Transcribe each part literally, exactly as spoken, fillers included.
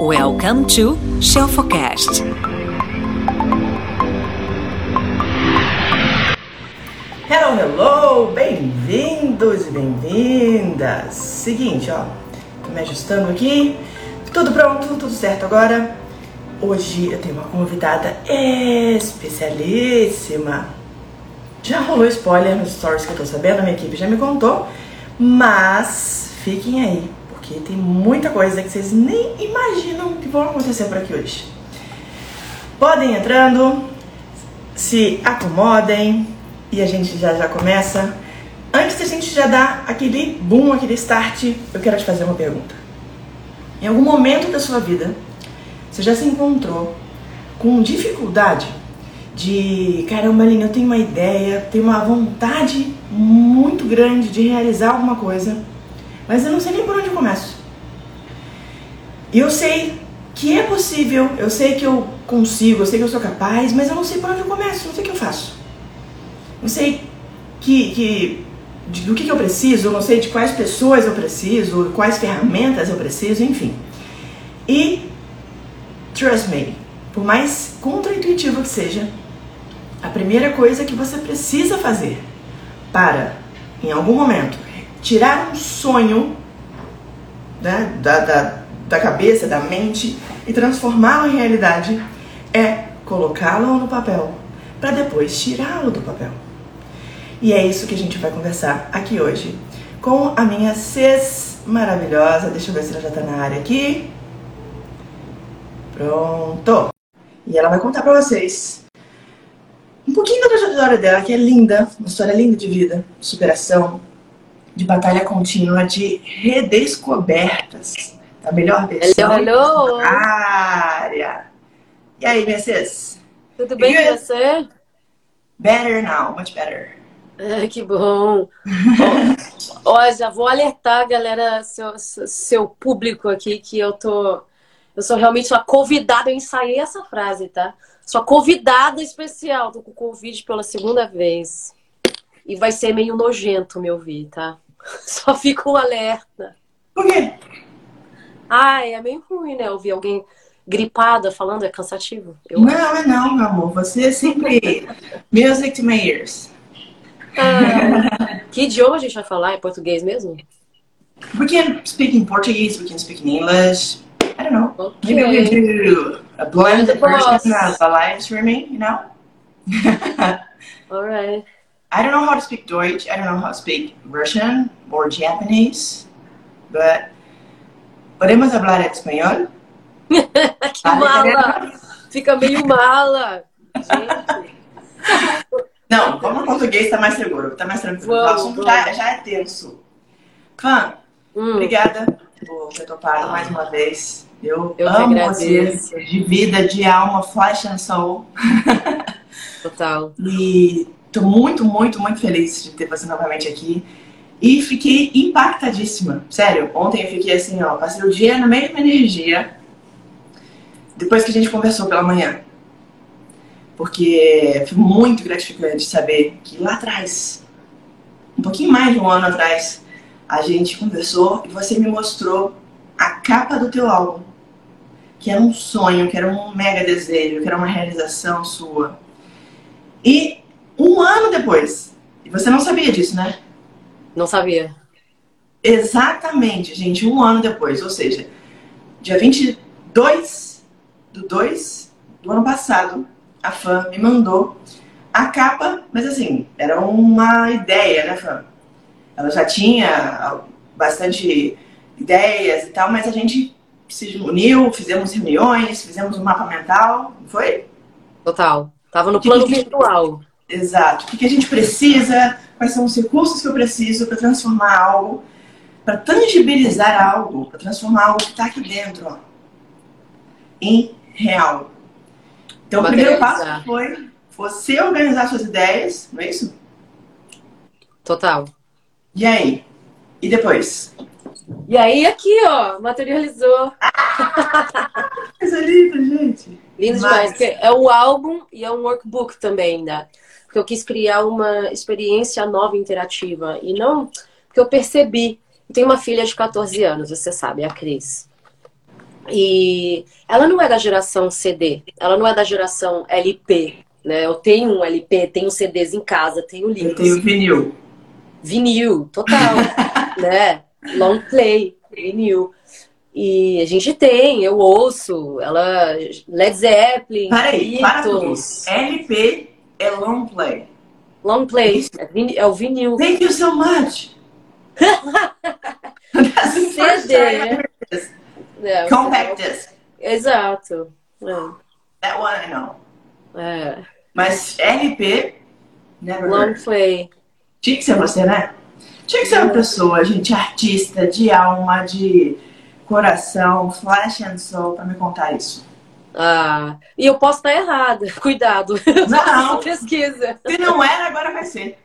Welcome to Shelfocast. Hello, hello! Bem-vindos e bem-vindas! Seguinte, ó, tô me ajustando aqui, tudo pronto, tudo certo agora. Hoje eu tenho uma convidada especialíssima. Já rolou spoiler nos stories que eu tô sabendo, a minha equipe já me contou, mas fiquem aí, porque tem muita coisa que vocês nem imaginam que vão acontecer por aqui hoje. Podem ir entrando, se acomodem e a gente já já começa. Antes da gente já dar aquele boom, aquele start, eu quero te fazer uma pergunta. Em algum momento da sua vida, você já se encontrou com dificuldade de, caramba, Aline, eu tenho uma ideia, tenho uma vontade muito grande de realizar alguma coisa, mas eu não sei nem por onde eu começo. E eu sei que é possível, eu sei que eu consigo, eu sei que eu sou capaz, mas eu não sei por onde eu começo, não sei o que eu faço. Não sei que, que, de, do que, que eu preciso, eu não sei de quais pessoas eu preciso, quais ferramentas eu preciso, enfim. E, trust me, por mais contraintuitivo que seja, a primeira coisa que você precisa fazer para, em algum momento, tirar um sonho, né, da, da, da cabeça, da mente e transformá-lo em realidade é colocá-lo no papel, para depois tirá-lo do papel. E é isso que a gente vai conversar aqui hoje com a minha Cis maravilhosa. Deixa eu ver se ela já tá na área aqui. Pronto! E ela vai contar pra vocês um pouquinho da trajetória dela, que é linda, uma história linda de vida, de superação, de batalha contínua, de redescobertas da melhor versão hello, hello. da área. E aí, minha Cis? Tudo bem com você? Better now, much better. Ah, que bom. Ó, ó, já vou alertar, galera, seu, seu público aqui, que eu tô... Eu sou realmente uma convidada, eu ensaiei essa frase, tá? Sou a convidada especial, tô com Covid pela segunda vez. E vai ser meio nojento me ouvir, tá? Só fica um alerta. Por quê? Ah, é meio ruim, né? Ouvir alguém gripada falando, é cansativo. Eu não, acho. é não, meu amor. Você é sempre music to my ears. Ah, que idioma a gente vai falar? É português mesmo? We can speak in Portuguese, we can speak in English. I don't know. Okay. Maybe we do a blended boss. version of a live streaming, you know? All right. I don't know how to speak Deutsch. I don't know how to speak Russian or Japanese. But podemos hablar espanhol? Que mala! Fica meio mala. Gente. Não, vamos no português, tá mais seguro, tá mais tranquilo. Vamos, o assunto já, já é tenso. Fã, hum. obrigada por ter topado mais uma vez. Eu, Eu amo você de vida, de alma, flesh and soul. Total. E tô muito, muito, muito feliz de ter você novamente aqui. E fiquei impactadíssima. Sério, ontem eu fiquei assim, ó, passei o dia na mesma energia depois que a gente conversou pela manhã. Porque foi muito gratificante saber que lá atrás, um pouquinho mais de um ano atrás, a gente conversou e você me mostrou a capa do teu álbum. Que era um sonho, que era um mega desejo, que era uma realização sua. E um ano depois, e você não sabia disso, né? Não sabia. Exatamente, gente, um ano depois, ou seja, dia vinte e dois do dois do ano passado, a Fã me mandou a capa, mas assim, era uma ideia, né, Fã? Ela já tinha bastante ideias e tal, mas a gente se uniu, fizemos reuniões, fizemos um mapa mental, não foi? Total. Tava no plano que que virtual. Exato. O que, que a gente precisa, quais são os recursos que eu preciso para transformar algo, para tangibilizar algo, para transformar algo que está aqui dentro, ó, em real. Então o primeiro passo foi você organizar suas ideias, não é isso? Total. E aí? E depois? E aí aqui, ó, materializou. Coisa linda, gente. Lindo demais, porque é um álbum e é um workbook também, né? Porque eu quis criar uma experiência nova interativa. E não... Porque eu percebi... Eu tenho uma filha de quatorze anos, você sabe, a Cris. E ela não é da geração C D, ela não é da geração L P, né? Eu tenho um L P, tenho C Ds em casa, tenho livros. Eu tenho vinil. Vinil, total, né? Long play, vinil. E a gente tem, eu ouço, ela, Led Zeppelin, Peraí, para tudo. Beatles. L P é long play. Long play, é, vin- é o vinil. Thank you so much. That's the first C D. time I heard this. É, o Compact C D. disc. Exato. É, That one I know. é. Mas L P, never Long heard. play. Tinha que ser você, né? Tinha que ser uma pessoa, gente, artista, de alma, de coração, flash and soul, pra me contar isso. Ah, e eu posso estar errada. Cuidado. Não. Pesquisa. Se não era, agora vai ser.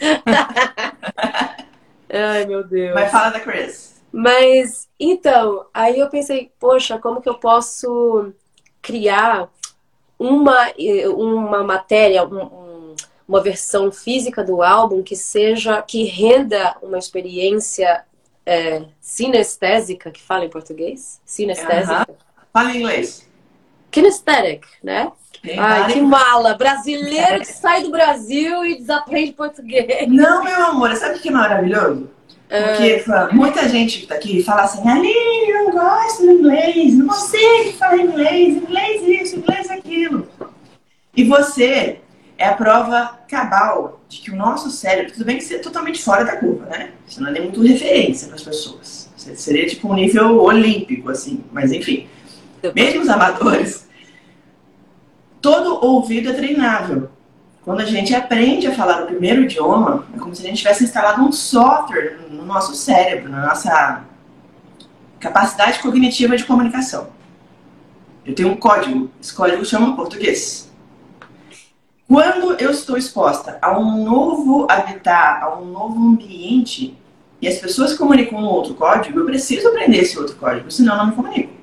Ai, meu Deus. Mas fala da Chris. Mas, então, aí eu pensei, poxa, como que eu posso criar uma, uma matéria, um, um, uma versão física do álbum que seja, que renda uma experiência é, sinestésica, que fala em português? Sinestésica? Uh-huh. Fala em inglês. Kinesthetic, né? Tem Ai, várias- que mala! Brasileiro que sai do Brasil e desaprende português. Não, meu amor, sabe o que é maravilhoso? Porque fala- muita gente que tá aqui fala assim, Aline, eu não gosto do inglês, não consigo falar inglês, inglês isso, inglês aquilo. E você é a prova cabal de que o nosso cérebro, tudo bem que você é totalmente fora da curva, né? Você não é nem muito referência para as pessoas. Você seria tipo um nível olímpico, assim, mas enfim. Mesmo os amadores, todo ouvido é treinável. Quando a gente aprende a falar o primeiro idioma, é como se a gente tivesse instalado um software no nosso cérebro, na nossa capacidade cognitiva de comunicação. Eu tenho um código, esse código chama português. Quando eu estou exposta a um novo habitat, a um novo ambiente, e as pessoas comunicam um outro código, eu preciso aprender esse outro código, senão eu não me comunico.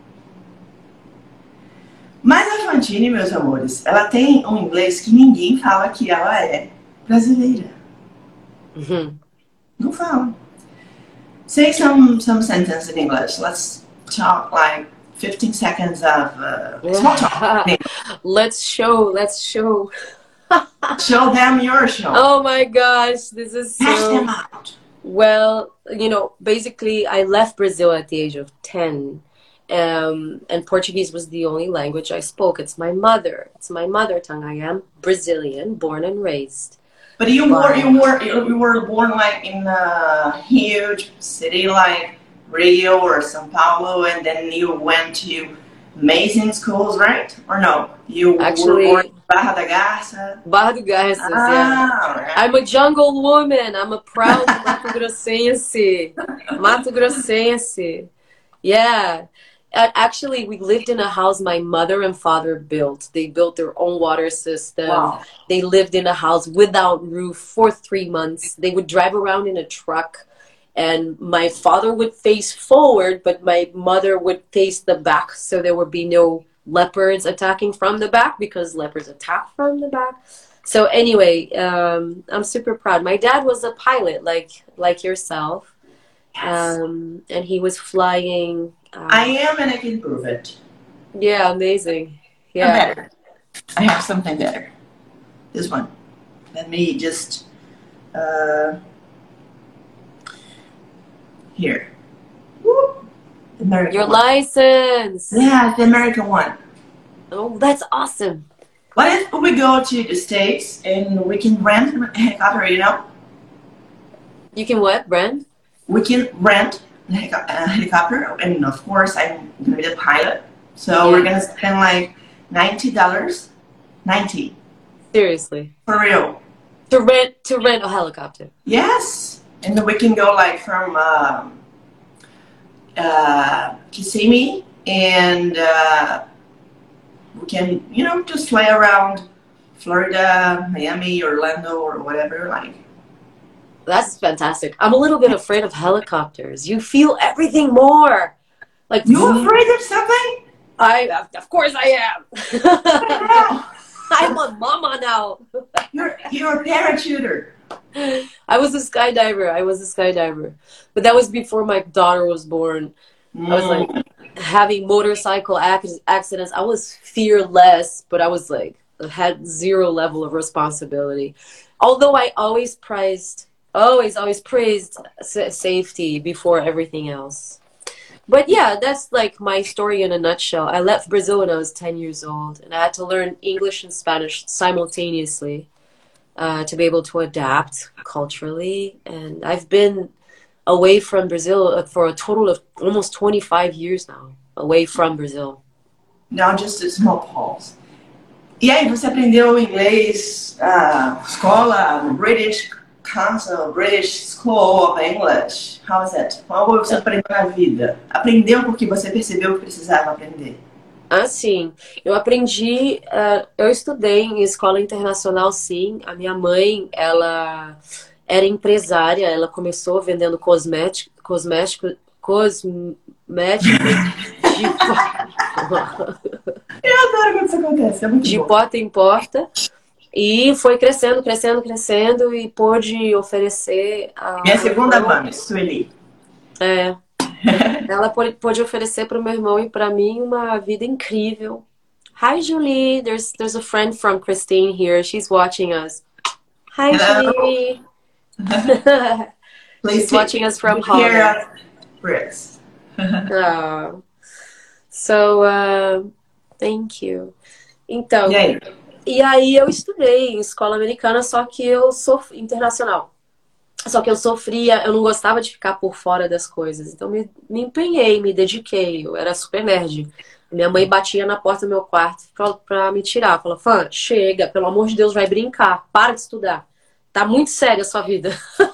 Mas a Fantine, meus amores, ela tem um inglês que ninguém fala que ela é brasileira. Uhum. Não fala. Say some, some sentence in English. Let's talk like fifteen seconds of uh, small talk. Let's show, let's show. Show them your show. Oh my gosh, this is Hash so... them out. Well, you know, basically I left Brazil at the age of ten. Um, and Portuguese was the only language I spoke. It's my mother. It's my mother tongue. I am Brazilian, born and raised. But you were you were you were born like in a huge city like Rio or São Paulo, and then you went to amazing schools, right? Or no? You Actually, were born in Barra da Garça. Barra do Garças, yeah. Ah, right. I'm a jungle woman. I'm a proud Mato Grossense. Mato Grossense. Yeah. Actually, we lived in a house my mother and father built. They built their own water system. Wow. They lived in a house without roof for three months. They would drive around in a truck. And my father would face forward, but my mother would face the back. So there would be no leopards attacking from the back because leopards attack from the back. So anyway, um, I'm super proud. My dad was a pilot, like like yourself. Yes. Um, and he was flying. Um, I am, and I can prove it. Yeah, amazing. I'm Yeah. better. I have something better. This one. Let me just uh, here. Whoop. The American Your one. license. Yeah, the American one. Oh, that's awesome. What if we go to the States and we can rent a helicopter, you know? You can what, Brand? We can rent a helico- a helicopter, and of course, I'm gonna be the pilot. So Yeah. we're gonna spend like ninety dollars, ninety Seriously. for real. To rent to rent a helicopter. Yes, and then we can go like from um, uh, Kissimmee, and uh, we can, you know, just fly around Florida, Miami, Orlando, or whatever. Like, That's fantastic. I'm a little bit afraid of helicopters. You feel everything more. Like you afraid of something? I of course I am. No. I'm a mama now. You're you're a parachuter. I was a skydiver. I was a skydiver. But that was before my daughter was born. I was like, having motorcycle ac- accidents. I was fearless, but I was like, had zero level of responsibility. Although I always prized, always, always praised sa- safety before everything else. But yeah, that's like my story in a nutshell. I left Brazil when I was ten years old, and I had to learn English and Spanish simultaneously uh, to be able to adapt culturally. And I've been away from Brazil for a total of almost twenty-five years now, away from Brazil. Now just a small pause. E aí, você aprendeu inglês, uh, escola, British Council, British School of English? How is it? Como você aprendeu na vida? Aprendeu porque você percebeu que precisava aprender? Ah, sim. Eu aprendi, uh, eu estudei em escola internacional, sim. A minha mãe, ela era empresária, ela começou vendendo cosmético, cosmético, cosméticos de, Eu adoro quando isso acontece, é muito de bom. porta em porta. E foi crescendo, crescendo, crescendo e pôde oferecer a Minha segunda banda, Sueli. É. Ela pôde oferecer para o meu irmão e para mim uma vida incrível. Hi, Julie. There's there's a friend from Christine here. She's watching us. Hi, Hello. Julie. She's watching us from Holland. Brits. Oh. So, uh, thank you. Então, E aí? e aí eu estudei em escola americana, só que eu sou internacional. Só que eu sofria, eu não gostava de ficar por fora das coisas. Então me, me empenhei, me dediquei. Eu era super nerd. Minha mãe batia na porta do meu quarto pra, pra me tirar. Falava, Fã, chega, pelo amor de Deus, vai brincar. Para de estudar. Tá muito séria a sua vida.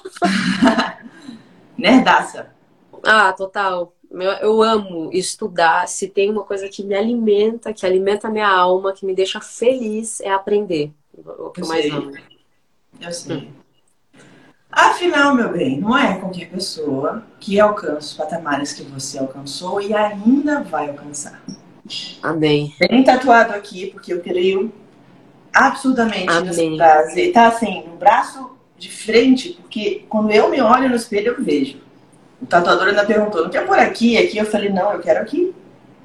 Nerdaça. Ah, total. Eu, eu amo estudar. Se tem uma coisa que me alimenta, que alimenta a minha alma, que me deixa feliz, é aprender. O que eu, eu mais sei. amo. Eu sei. Hum. Afinal, meu bem, não é qualquer pessoa que alcança os patamares que você alcançou e ainda vai alcançar. Amém. Bem tatuado aqui, porque eu creio absurdamente Amém. nessa frase. Tá assim, no braço de frente, porque quando eu me olho no espelho, eu vejo. O tatuador ainda perguntou, não quer por aqui? Aqui eu falei, não, eu quero aqui.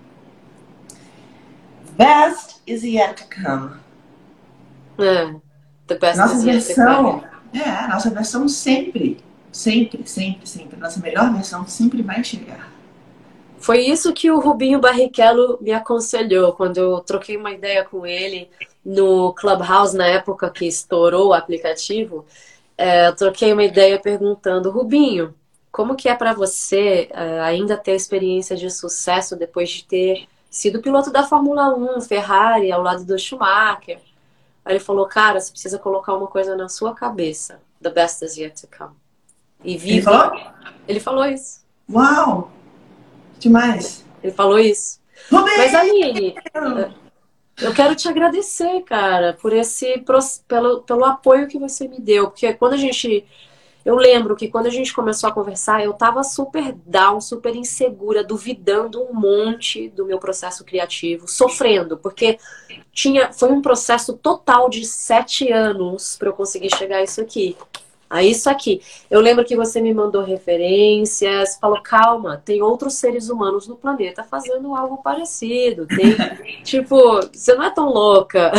Best is yet to come. É, the best Nossa is yet to versão, come. é, a nossa versão sempre, sempre, sempre, sempre, a nossa melhor versão sempre vai chegar. Foi isso que o Rubinho Barrichello me aconselhou quando eu troquei uma ideia com ele no Clubhouse, na época que estourou o aplicativo. É, eu troquei uma ideia perguntando, Rubinho, como que é para você uh, ainda ter a experiência de sucesso depois de ter sido piloto da Fórmula um, Ferrari, ao lado do Schumacher? Aí ele falou, cara, você precisa colocar uma coisa na sua cabeça. The best is yet to come. E vive. Ele falou? Ele falou isso. Uau! Demais. Ele falou isso. Rubinho! Mas, Aline, eu quero te agradecer, cara, por esse, pelo, pelo apoio que você me deu. Porque quando a gente... Eu lembro que quando a gente começou a conversar, eu tava super down, super insegura, duvidando um monte do meu processo criativo, sofrendo, porque tinha, foi um processo total de sete anos para eu conseguir chegar a isso aqui. A isso aqui. Eu lembro que você me mandou referências, falou, calma, tem outros seres humanos no planeta fazendo algo parecido. Tem, tipo, você não é tão louca.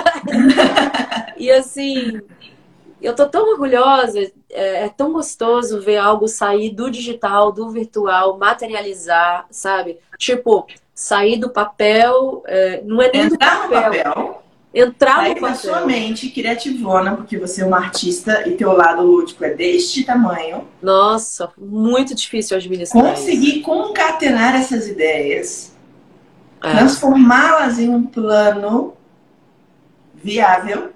E assim... Eu tô tão orgulhosa, é, é tão gostoso ver algo sair do digital, do virtual, materializar, sabe? Tipo, sair do papel, é, não é nem Entrar do papel. no papel. Entrar sair no papel. na sua mente criativona, porque você é uma artista e teu lado lúdico é deste tamanho. Nossa, muito difícil administrar. Conseguir isso. Concatenar essas ideias, é. transformá-las em um plano viável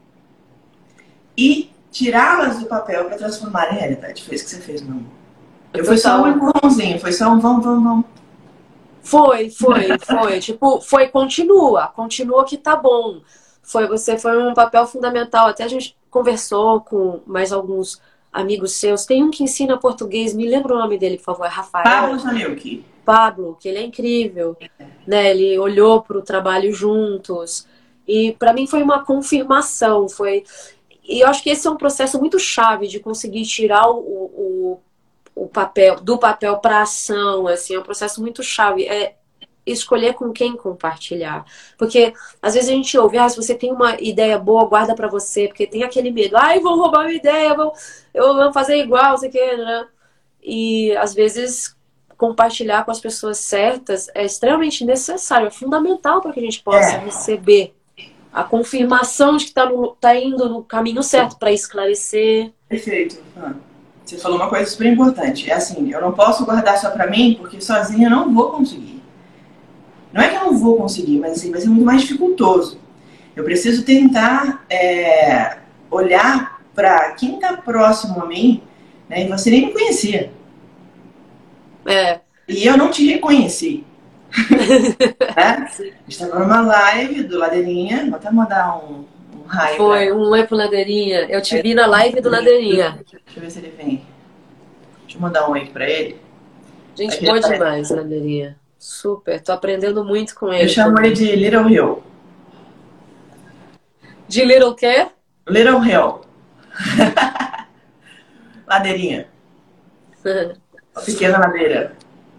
e tirá-las do papel para transformar em realidade. Foi isso que você fez, meu amor. Eu fui só um empurrãozinho, foi só um vamos, vamos, vamos. Foi, foi, foi. Tipo, foi, continua, continua que tá bom. Foi, você foi um papel fundamental. Até a gente conversou com mais alguns amigos seus. Tem um que ensina português, me lembra o nome dele, por favor, é Rafael. Pablo Zanilki. Pablo, que ele é incrível. Né? Ele olhou pro trabalho juntos. E para mim foi uma confirmação, foi... E eu acho que esse é um processo muito chave de conseguir tirar o, o, o papel, do papel para ação, assim, é um processo muito chave. É escolher com quem compartilhar. Porque às vezes a gente ouve, ah, se você tem uma ideia boa, guarda pra você, porque tem aquele medo, ai, vão roubar minha ideia, vão, eu vou fazer igual, não sei o que, né? E às vezes compartilhar com as pessoas certas é extremamente necessário, é fundamental para que a gente possa É. receber a confirmação de que está tá indo no caminho certo para esclarecer. Perfeito. Ah, você falou uma coisa super importante. É assim, eu não posso guardar só pra mim, porque sozinha eu não vou conseguir. Não é que eu não vou conseguir, mas assim, vai ser muito mais dificultoso. Eu preciso tentar é, olhar pra quem tá próximo a mim, né, e você nem me conhecia. É. E eu não te reconheci. Né? A gente tava numa live do Ladeirinha, vou até mandar um, um raio. Foi, pra... um oi pro Ladeirinha. Eu te vi na live do Ladeirinha. Deixa eu ver se ele vem. Deixa eu mandar um oi pra ele. Gente, Aqui boa ele demais, Ladeirinha. Super, tô aprendendo muito com ele. Eu chamo também. ele de Little Hill. De Little quê? Little Hill. Ladeirinha. Uma pequena ladeira.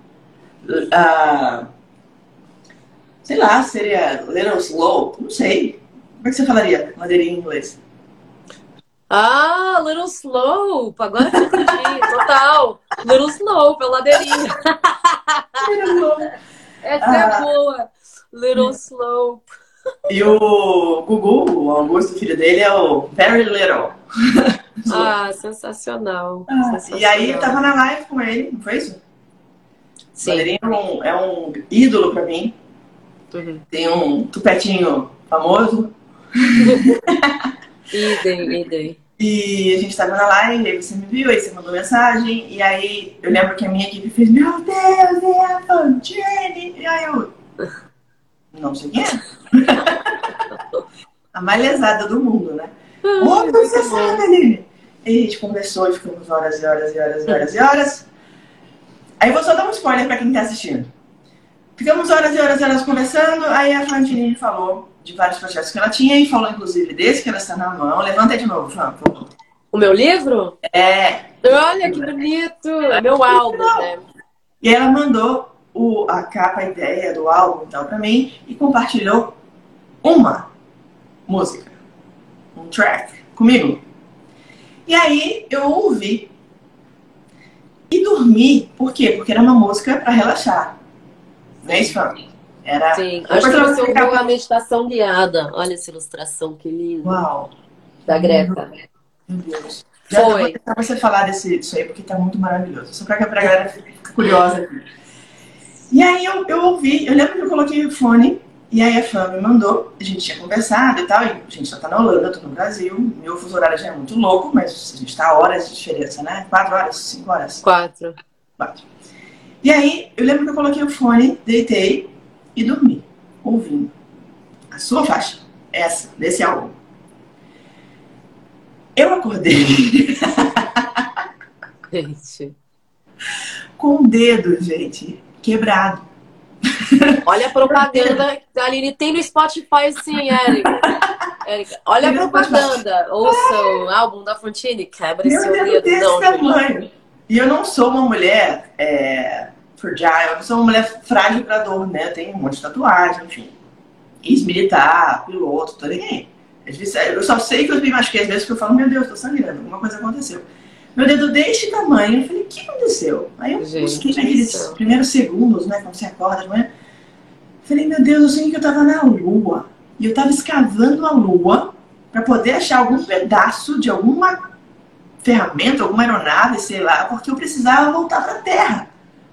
Ah, sei lá, seria Little Slope. Não sei. Como é que você falaria ladeirinha em inglês? Ah, Little Slope. Agora que eu entendi. Total. Little Slope, é ladeirinha. Little Slope. Essa Ah. é boa. Little Slope. E o Gugu, o Augusto, filho dele, é o Very Little. Ah, sensacional. Ah, sensacional. e aí eu tava na live com ele, não foi isso? Sim. Ladeirinha é um, é um ídolo pra mim. Uhum. Tem um tupetinho famoso. Idem, idem. E a gente tava na live, aí você me viu, aí você mandou mensagem, e aí eu lembro que a minha equipe fez, meu Deus, é a Fantine! E aí eu, não sei quem é. A mais lesada do mundo, né? Como você sabe, Aline? E a gente conversou e ficamos horas e horas e horas e horas e horas. Aí eu vou só dar um spoiler pra quem tá assistindo. Ficamos horas e horas e horas conversando, aí a Fantine falou de vários projetos que ela tinha e falou inclusive desse que ela está na mão. Levanta aí de novo, Fran, por favor. O meu livro? É. Olha que bonito! É meu álbum, né? E ela mandou o, a capa, a ideia do álbum e tal pra mim e compartilhou uma música, um track comigo. E aí eu ouvi e dormi. Por quê? Porque era uma música pra relaxar. Não é isso, Fran? Era... Sim, Depois acho que ela você vai ficar- ouviu a meditação guiada. Olha essa ilustração, que linda. Uau, Da Greta. meu Deus. Já Foi. vou deixar você falar desse, disso aí, porque tá muito maravilhoso. Só pra que a galera fique curiosa aqui. E aí eu, eu ouvi, eu lembro que eu coloquei o fone, e aí a fã me mandou, a gente tinha conversado e tal, e a gente só tá na Holanda, eu tô no Brasil, meu fuso horário já é muito louco, mas a gente tá a horas de diferença, né? Quatro horas, cinco horas. Quatro. Quatro. E aí, eu lembro que eu coloquei o fone, deitei e dormi, ouvindo a sua faixa, essa, desse álbum. Eu acordei Gente. com o dedo, gente, quebrado. Olha a propaganda que a Aline tem no Spotify, sim, Érica. Érica, olha a propaganda. Ouça o álbum da Fantine, quebra Meu seu dedo dedo. desse Não, gente. tamanho. E eu não sou uma mulher é, fragile, eu não sou uma mulher frágil pra dor, né? Eu tenho um monte de tatuagem, enfim. Ex-militar, piloto, tô nem aí. Às vezes, eu só sei que eu me machuquei às vezes porque eu falo, meu Deus, tô sangrando, alguma coisa aconteceu. Meu dedo deste tamanho, eu falei, o que aconteceu? Aí eu Gente, busquei naqueles isso. primeiros segundos, né, quando você acorda de manhã. Falei, meu Deus, eu sei que eu tava na lua. E eu tava escavando a lua pra poder achar algum pedaço de alguma ferramenta, alguma aeronave, sei lá, porque eu precisava voltar pra Terra.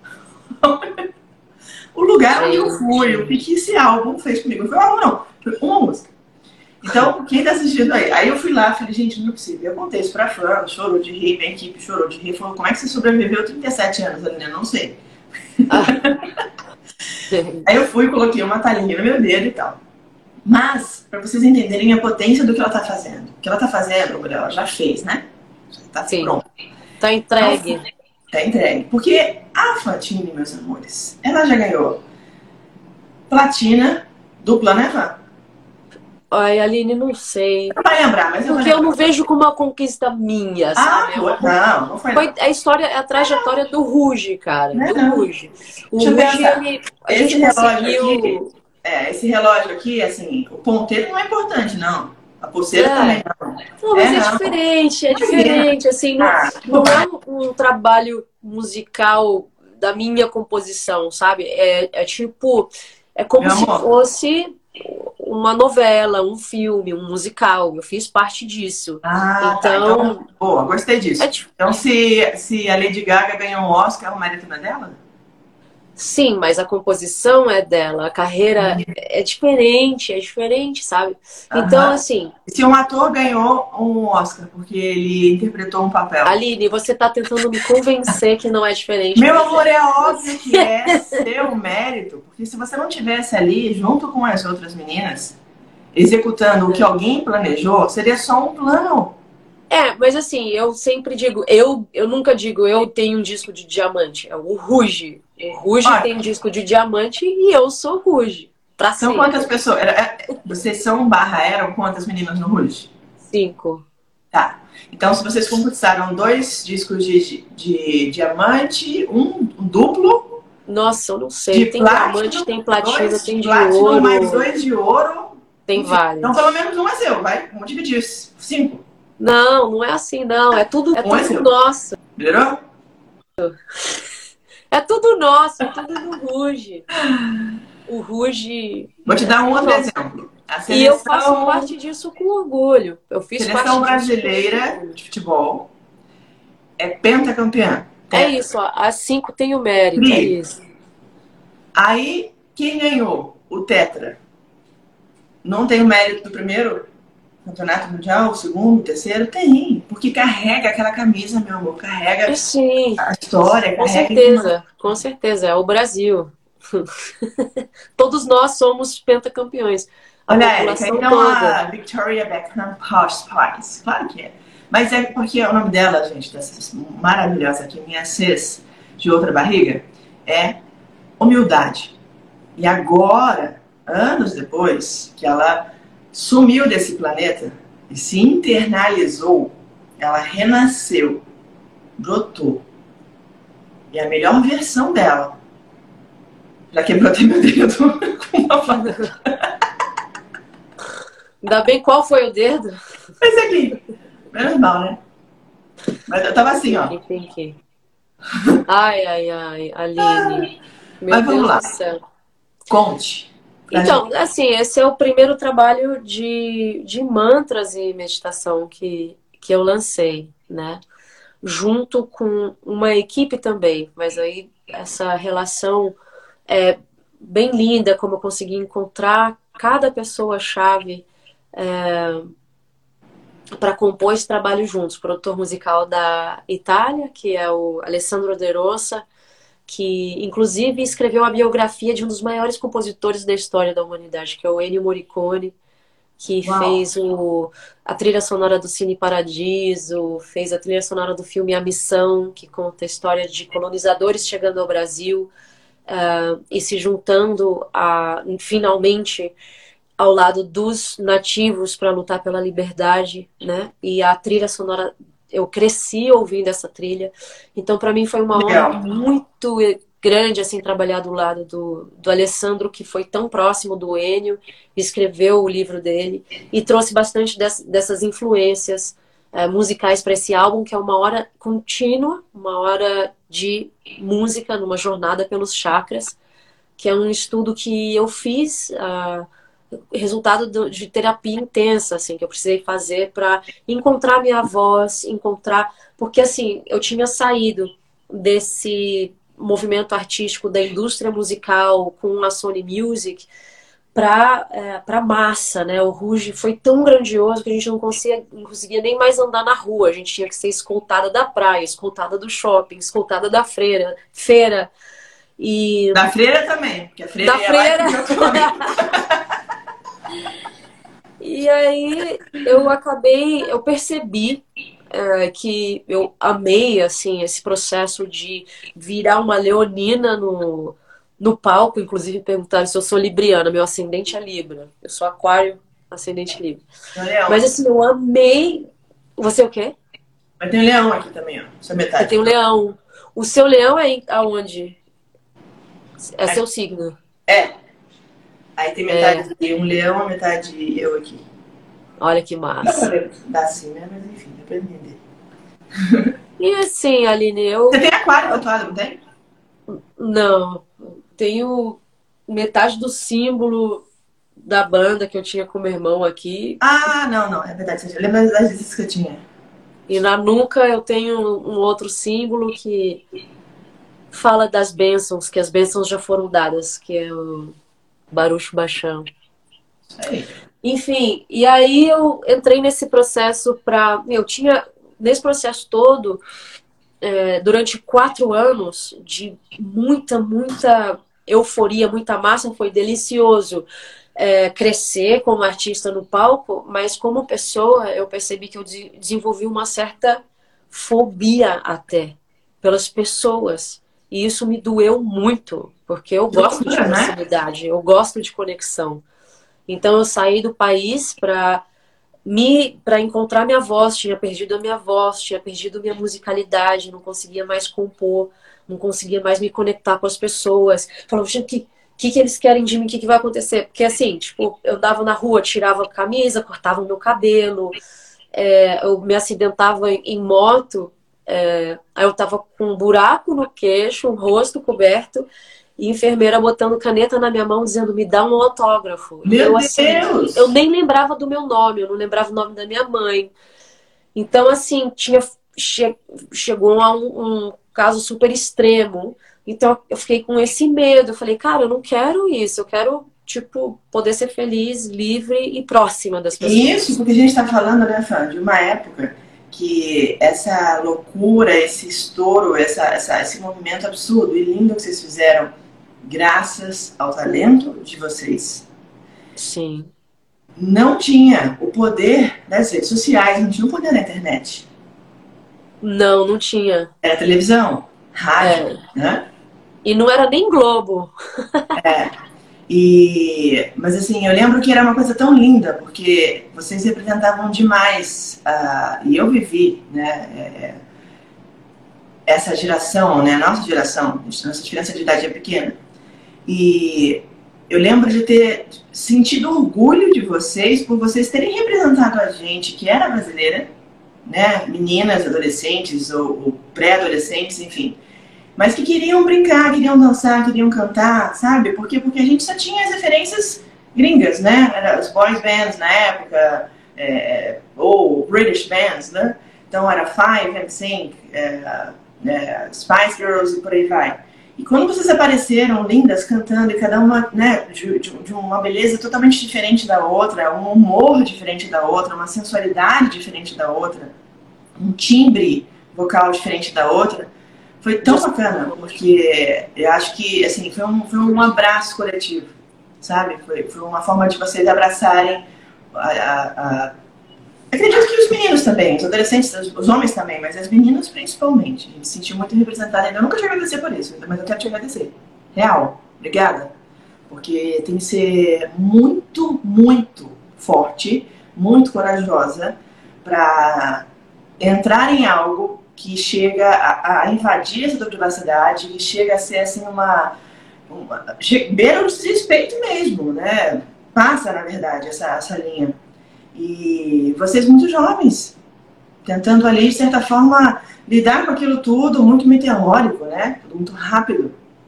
O lugar onde eu fui, o que que esse álbum fez comigo? Não foi um álbum, não. Foi uma música. Então, quem tá assistindo aí? Aí eu fui lá, falei, gente, não é possível. Eu contei isso pra Fran, chorou de rir, minha equipe chorou de rir. Falou, como é que você sobreviveu trinta e sete anos, Aline? Eu não sei. Ah. Aí eu fui, coloquei uma talinha no meu dedo e tal. Mas, pra vocês entenderem a potência do que ela tá fazendo. O que ela tá fazendo, ela já fez, né? Já tá Sim. pronto. Tá entregue. Tá entregue. Porque a Fantine, meus amores, ela já ganhou platina, dupla, né, Fran? Ai, Aline, não sei. Não vai lembrar, mas eu vou Porque eu lembrar. não vejo como uma conquista minha, Ah, sabe? É foi, uma con- não, não foi Foi não. a história, a trajetória do Ruge, cara. Não é Do não. Ruge. O Deixa eu Ruge, pensar. ele, a Esse gente relógio aqui, conseguiu. é, esse relógio aqui, assim, o ponteiro não é importante, não. A pulseira também É. não. Não, É, mas é não. diferente, é Imagina. diferente. Assim, não, Ah, que não é bobagem. um, um trabalho musical da minha composição, sabe? É, é tipo, é como Meu se amor. fosse uma novela, um filme, um musical. Eu fiz parte disso. Ah, tá. Então, Então, boa, gostei é, disso. di- Então, se, se a Lady Gaga ganhou um Oscar, o mérito não é dela? sim, mas a composição é dela, a carreira é diferente, é diferente, sabe? Então, Aham. assim, E se um ator ganhou um Oscar porque ele interpretou um papel? Aline, você tá tentando me convencer que não é diferente, Meu mas amor, é. é óbvio Você- que é seu mérito, porque se você não tivesse ali junto com as outras meninas, executando o que alguém planejou, seria só um plano. É, mas assim, eu sempre digo, eu, eu nunca digo eu tenho um disco de diamante, é o Ruge. O Ruge Olha, tem um disco de diamante e eu sou Ruge, pra são quantas sempre. pessoas? Era- é- Vocês são barra eram quantas meninas no Rouge? Cinco. Tá. Então, se vocês conquistaram dois discos de, de diamante, um, um duplo Nossa, eu não sei, de tem diamante, platino, tem platina, dois de tem de platino, mais ouro, dois de ouro, tem enfim. Então, vários. pelo menos um é seu, vai? Vamos dividir. Cinco. Não, não é assim, não. É tudo, é Um é tudo seu. nosso. Melhorou? É tudo nosso, é tudo do Ruge. O Ruge Vou te é dar um tudo outro nosso. exemplo. A E eu faço seleção, parte disso com orgulho. Eu fiz seleção parte disso com brasileira orgulho. de futebol é pentacampeã. É Tetra. isso, ó. As cinco tem o mérito, é Tri. isso. Aí, quem ganhou o Tetra? Não tem o mérito do primeiro campeonato mundial, o segundo, o terceiro? Tem, porque carrega aquela camisa, meu amor, É carrega sim, a história, com carrega a informação. certeza, com certeza. É o Brasil. Todos nós somos pentacampeões. A Olha, Érica, população então toda. a Victoria Beckham Prize, claro que é. Mas é porque é o nome dela, gente, dessa maravilhosa aqui, minha Cis de outra barriga, é humildade. E agora, anos depois que ela sumiu desse planeta e se internalizou, ela renasceu, brotou. E a melhor versão dela, já quebrou até meu dedo com uma faca. Ainda bem qual foi o dedo? Esse aqui, menos mal, né? Mas eu tava assim, ó. Quem tem que? Ai, ai, ai, Aline. Meu Mas vamos Deus lá, do céu. conte pra Então, gente. assim, esse é o primeiro trabalho de, de mantras e meditação que, que eu lancei, né? Junto com uma equipe também, mas aí essa relação é bem linda, como eu consegui encontrar cada pessoa-chave para compor esse trabalho juntos. Produtor musical da Itália, que é o Alessandro De Rosa, que inclusive escreveu a biografia de um dos maiores compositores da história da humanidade, que é o Ennio Morricone, que Uau. fez o, a trilha sonora do Cine Paradiso, fez a trilha sonora do filme A Missão, que conta a história de colonizadores chegando ao Brasil uh, e se juntando a, finalmente ao lado dos nativos para lutar pela liberdade, né? E a trilha sonora, eu cresci ouvindo essa trilha, então para mim foi uma honra Legal. muito grande assim trabalhar do lado do, do Alessandro, que foi tão próximo do Ennio, escreveu o livro dele e trouxe bastante des, dessas influências uh, musicais para esse álbum, que é uma hora contínua, uma hora de música numa jornada pelos chakras, que é um estudo que eu fiz uh, resultado de terapia intensa, assim, que eu precisei fazer para encontrar minha voz, encontrar... Porque, assim, eu tinha saído desse movimento artístico da indústria musical com a Sony Music para é, para massa, né? O Ruge foi tão grandioso que a gente não conseguia, não conseguia nem mais andar na rua. A gente tinha que ser escoltada da praia, escoltada do shopping, escoltada da feira, feira. E... Da freira também, porque a freira da ia freira. lá e aí eu acabei, eu percebi é, que eu amei assim esse processo de virar uma leonina no, no palco. Inclusive perguntaram se eu sou libriana, meu ascendente é Libra, eu sou aquário Ascendente Libra. Leão. Mas assim, eu amei. Você é o quê? Mas tem um leão aqui também, ó. Sua metade. Eu tenho um leão. O seu leão é em- aonde? É seu signo. É. Aí tem metade É. aqui, um leão, a metade eu aqui. Olha que Dá pra massa. ver, dá assim, né? Mas enfim, dá pra entender. E assim, Aline, eu Você tem aquário tatuado, não tem? não tenho metade do símbolo da banda que eu tinha com meu irmão aqui. Ah, não, não, é verdade. Você lembra das vezes que eu tinha? E na nuca eu tenho um outro símbolo que fala das bênçãos, que as bênçãos já foram dadas, que é o Baruch Bacham. Isso aí. Enfim, e aí eu entrei nesse processo para. Eu tinha, nesse processo todo, é, durante quatro anos, de muita, muita euforia, muita massa, foi delicioso é, crescer como artista no palco, mas como pessoa eu percebi que eu de- desenvolvi uma certa fobia até pelas pessoas. E isso me doeu muito, porque eu gosto de Loucura, né? proximidade, eu gosto de conexão. Então eu saí do país para me para encontrar minha voz, tinha perdido a minha voz, tinha perdido minha musicalidade, não conseguia mais compor, não conseguia mais me conectar com as pessoas. Falava, gente, que que que eles querem de mim? O que que vai acontecer? Porque assim, tipo, eu dava na rua, tirava a camisa, cortava o meu cabelo, é, eu me acidentava em, em moto, é, aí eu tava com um buraco no queixo, um rosto coberto, e enfermeira botando caneta na minha mão dizendo, me dá um autógrafo. E Meu eu assim, eu Deus! nem lembrava do meu nome, eu não lembrava o nome da minha mãe. Então, assim, tinha, che, chegou a um, um caso super extremo. Então, eu fiquei com esse medo. Eu falei, cara, eu não quero isso. Eu quero, tipo, poder ser feliz, livre e próxima das Isso, pessoas. porque a gente está falando, né, Fran, de uma época que essa loucura, esse estouro, essa, essa, esse movimento absurdo e lindo que vocês fizeram, graças ao talento de vocês, Sim. não tinha o poder das redes sociais, não tinha o poder da internet. Não, não tinha. Era televisão, rádio, É. né? E não era nem Globo. E, mas assim, eu lembro que era uma coisa tão linda, porque vocês representavam demais, uh, e eu vivi, né, é, essa geração, né, a nossa geração, nossa diferença de idade é pequena, e eu lembro de ter sentido orgulho de vocês, por vocês terem representado a gente, que era brasileira, né, meninas, adolescentes, ou, ou pré-adolescentes, enfim, mas que queriam brincar, queriam dançar, queriam cantar, sabe? Por quê? Porque a gente só tinha as referências gringas, né? Era os boys bands na época, é, ou British bands, né? Então era Five, N Sync, é, é, Spice Girls e por aí vai. E quando vocês apareceram lindas, cantando, e cada uma, né, de, de, de uma beleza totalmente diferente da outra, um humor diferente da outra, uma sensualidade diferente da outra, um timbre vocal diferente da outra, foi tão bacana, porque eu acho que assim, foi, um, foi um abraço coletivo, sabe? Foi, foi uma forma de vocês abraçarem a, a, a... Acredito que os meninos também, os adolescentes, os homens também, mas as meninas principalmente. A gente se sentiu muito representada. Eu nunca te agradecer por isso, mas eu quero te agradecer. Real, obrigada. Porque tem que ser muito, muito forte, muito corajosa para entrar em algo que chega a, a invadir essa tua privacidade, que chega a ser assim uma, uma beira o desrespeito mesmo, né? Passa, na verdade, essa, essa linha. E vocês muito jovens, tentando ali, de certa forma, lidar com aquilo tudo muito meteórico, né? Tudo muito rápido.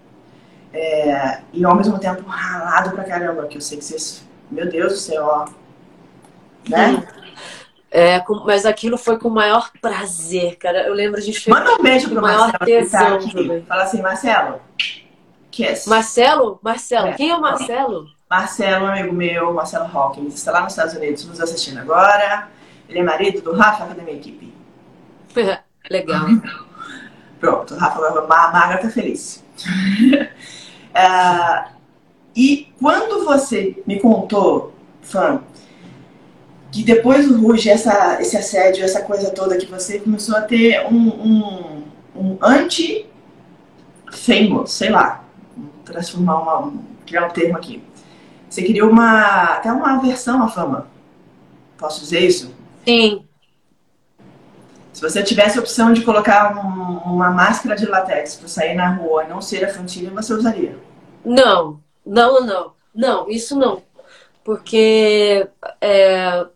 É, e ao mesmo tempo ralado pra caramba, que eu sei que vocês, meu Deus do céu, ó, né? É, com- mas aquilo foi com o maior prazer, cara. Eu lembro, a gente fez Manda um beijo com o pro maior Marcelo que tá tesão aqui. também. Fala assim, Marcelo, kiss. Marcelo? Marcelo. É. Quem é o Marcelo? Marcelo, um amigo meu, Marcelo Hawkins, está lá nos Estados Unidos nos assistindo agora. Ele é marido do Rafa, da minha equipe. Legal. Pronto, o Rafa, a Marga tá feliz. uh, e quando você me contou, fã, que depois do Ruge, essa, esse assédio, essa coisa toda, que você começou a ter um, um, um anti-famous, sei lá, transformar uma, criar um termo aqui. Você criou uma, até uma aversão à fama, Posso dizer isso? Sim. Se você tivesse a opção de colocar um, uma máscara de látex para sair na rua e não ser a Fantine, você usaria? Não, não, não. Não, isso não. Porque é,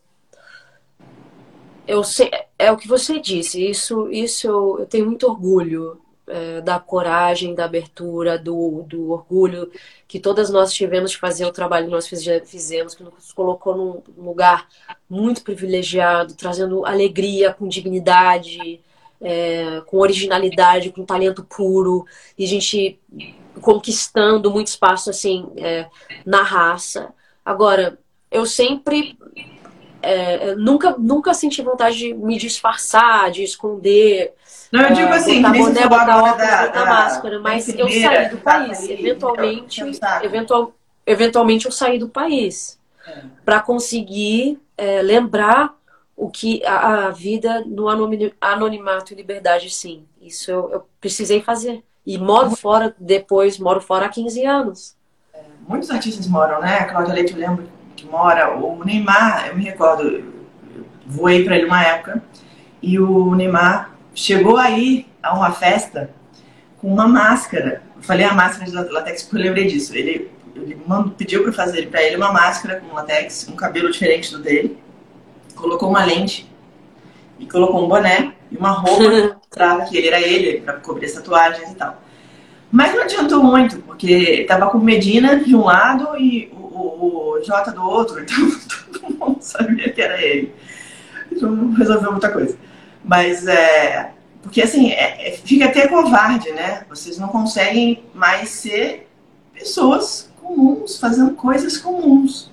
eu sei, é o que você disse. Isso, isso eu, eu tenho muito orgulho é, da coragem, da abertura, do, do orgulho que todas nós tivemos de fazer o trabalho que nós fize- fizemos, que nos colocou num lugar muito privilegiado, trazendo alegria com dignidade, é, com originalidade, com talento puro, e a gente conquistando muito espaço assim é, na raça. Agora, eu sempre é, nunca, nunca senti vontade de me disfarçar, de esconder, Não, eu digo uh, assim, que botar nem você boné, falou botar agora óculos, da, botar da, máscara, da mas eu saí enfermeira do que tá país. ali, entendeu? Enchendo o Eventualmente, saco. eventual, eventualmente eu saí do país É. para conseguir é, lembrar o que a, a vida no anoni- anonimato e liberdade, sim. Isso eu, eu precisei fazer. E moro fora depois, moro fora há quinze anos. Muitos artistas moram, né? A Cláudia Leite, eu lembro que mora. O Neymar, eu me recordo, eu voei para ele uma época, e o Neymar chegou aí a uma festa com uma máscara. Eu falei a máscara de latex porque eu lembrei disso. Ele, ele mandou, pediu para fazer para ele uma máscara com latex, um cabelo diferente do dele, colocou uma lente e colocou um boné e uma roupa que mostrava que ele era ele, para cobrir as tatuagens e tal. Mas não adiantou muito, porque estava com Medina de um lado e o, o, o Jota do outro, então todo mundo sabia que era ele. Isso não resolveu muita coisa. Mas é. Porque assim, é, é, fica até covarde, né? Vocês não conseguem mais ser pessoas comuns, fazendo coisas comuns.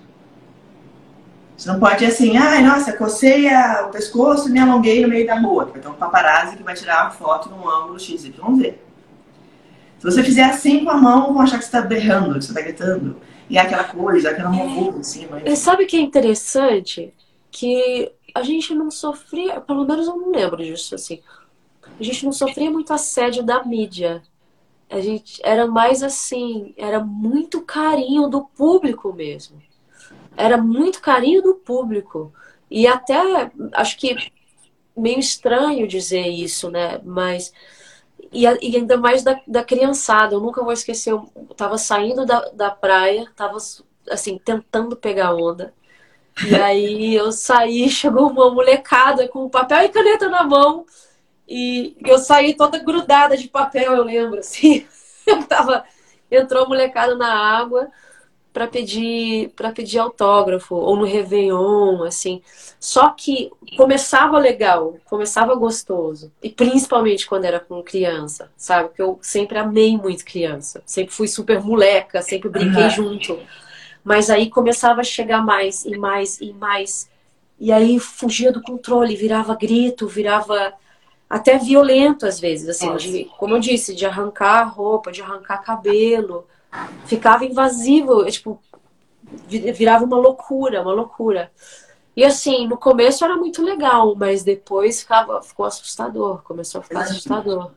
Você não pode ir assim, ai, nossa, cocei a, o pescoço e me alonguei no meio da rua. Vai ter um paparazzi que vai tirar uma foto num ângulo X Y Z. Se você fizer assim com a mão, vão achar que você está berrando, que você está gritando. E é aquela coisa, aquela movida em cima, E enfim. sabe o que é interessante? Que a gente não sofria, pelo menos eu não lembro disso, assim. A gente não sofria muito assédio da mídia. A gente era mais assim, era muito carinho do público mesmo. Era muito carinho do público. E até, acho que meio estranho dizer isso, né? Mas, e, a- e ainda mais da, da criançada. Eu nunca vou esquecer, eu tava saindo da, da praia, tava assim, tentando pegar onda. E aí eu saí, chegou uma molecada com papel e caneta na mão. E eu saí toda grudada de papel, eu lembro, assim. Eu tava, entrou a molecada na água para pedir para pedir autógrafo ou no Réveillon, assim. Só que começava legal, começava gostoso. E principalmente quando era com criança, sabe? Porque eu sempre amei muito criança. Sempre fui super moleca, sempre brinquei Uhum. junto. Mas aí começava a chegar mais e mais e mais. E aí fugia do controle, virava grito, virava até violento às vezes, assim, Nossa. de, como eu disse, de arrancar roupa, de arrancar cabelo. Ficava invasivo, tipo, virava uma loucura, uma loucura. E assim, no começo era muito legal, mas depois ficava, ficou assustador, começou a ficar Imagina. assustador.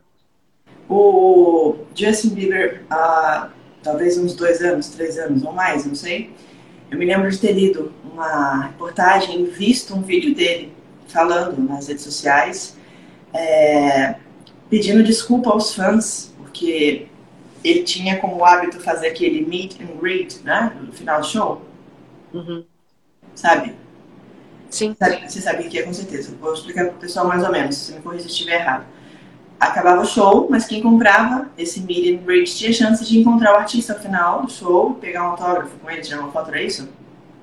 O Justin Bieber, há talvez uns dois anos, três anos ou mais, não sei. Eu me lembro de ter lido uma reportagem e visto um vídeo dele falando nas redes sociais, é, pedindo desculpa aos fãs, porque ele tinha como hábito fazer aquele meet and greet, né, no final do show, Uhum. sabe? Sim. Você sabe o que é, com certeza. Vou explicar para o pessoal mais ou menos, se me corrija se estiver errado. Acabava o show, mas quem comprava esse meet and greet tinha chance de encontrar o artista no final do show, pegar um autógrafo com ele, tirar uma foto, era isso?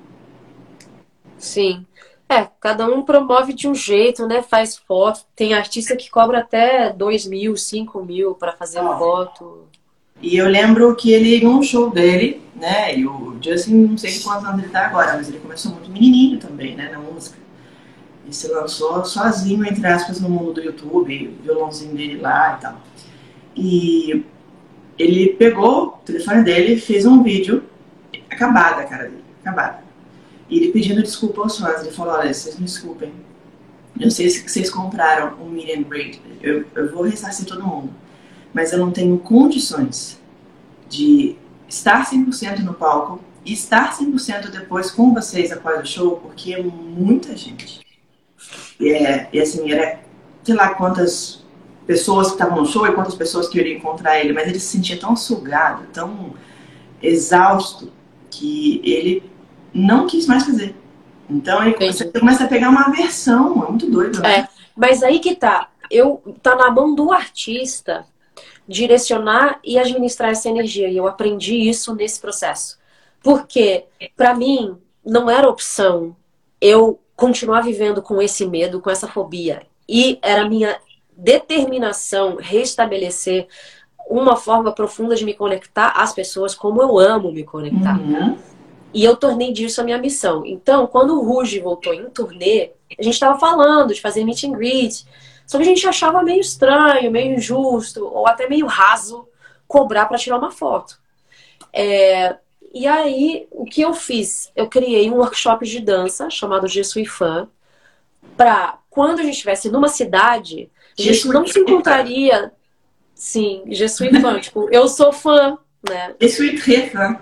Sim. É, cada um promove de um jeito, né? Faz foto. Tem artista que cobra até dois mil, cinco mil para fazer Ó, foto. e eu lembro que ele, num show dele, né, e o Justin, não sei de quantos anos ele tá agora, mas ele começou muito menininho também, né, na música. E se lançou sozinho, entre aspas, no mundo do YouTube, o violãozinho dele lá e tal. E ele pegou o telefone dele, fez um vídeo, acabada a cara dele, acabada. E ele pedindo desculpa aos fãs, ele falou, olha, vocês me desculpem, eu sei que vocês compraram um meet and greet, eu, eu vou ressarcir todo mundo, mas eu não tenho condições de estar cem por cento no palco e estar cem por cento depois com vocês após o show, porque é muita gente. E, é, e assim, era, sei lá quantas pessoas que estavam no show e quantas pessoas que iriam encontrar ele, mas ele se sentia tão sugado, tão exausto, que ele não quis mais fazer. Então ele você começa a pegar uma aversão, é muito doido, né? É, mas aí que tá, eu, tá na mão do artista direcionar e administrar essa energia, e eu aprendi isso nesse processo. Porque, pra mim, não era opção eu continuar vivendo com esse medo, com essa fobia, e era a minha determinação restabelecer uma forma profunda de me conectar às pessoas como eu amo me conectar. Uhum. E eu tornei disso a minha missão. Então, quando o Ruge voltou em turnê, a gente estava falando de fazer meet and greet, só que a gente achava meio estranho, meio injusto, ou até meio raso, cobrar para tirar uma foto. É, e aí, o que eu fiz? Eu criei um workshop de dança chamado Je suis fan, para quando a gente estivesse numa cidade, a gente não se encontraria. Sim, je suis fan, tipo, eu sou fã, né? Je suis très fã.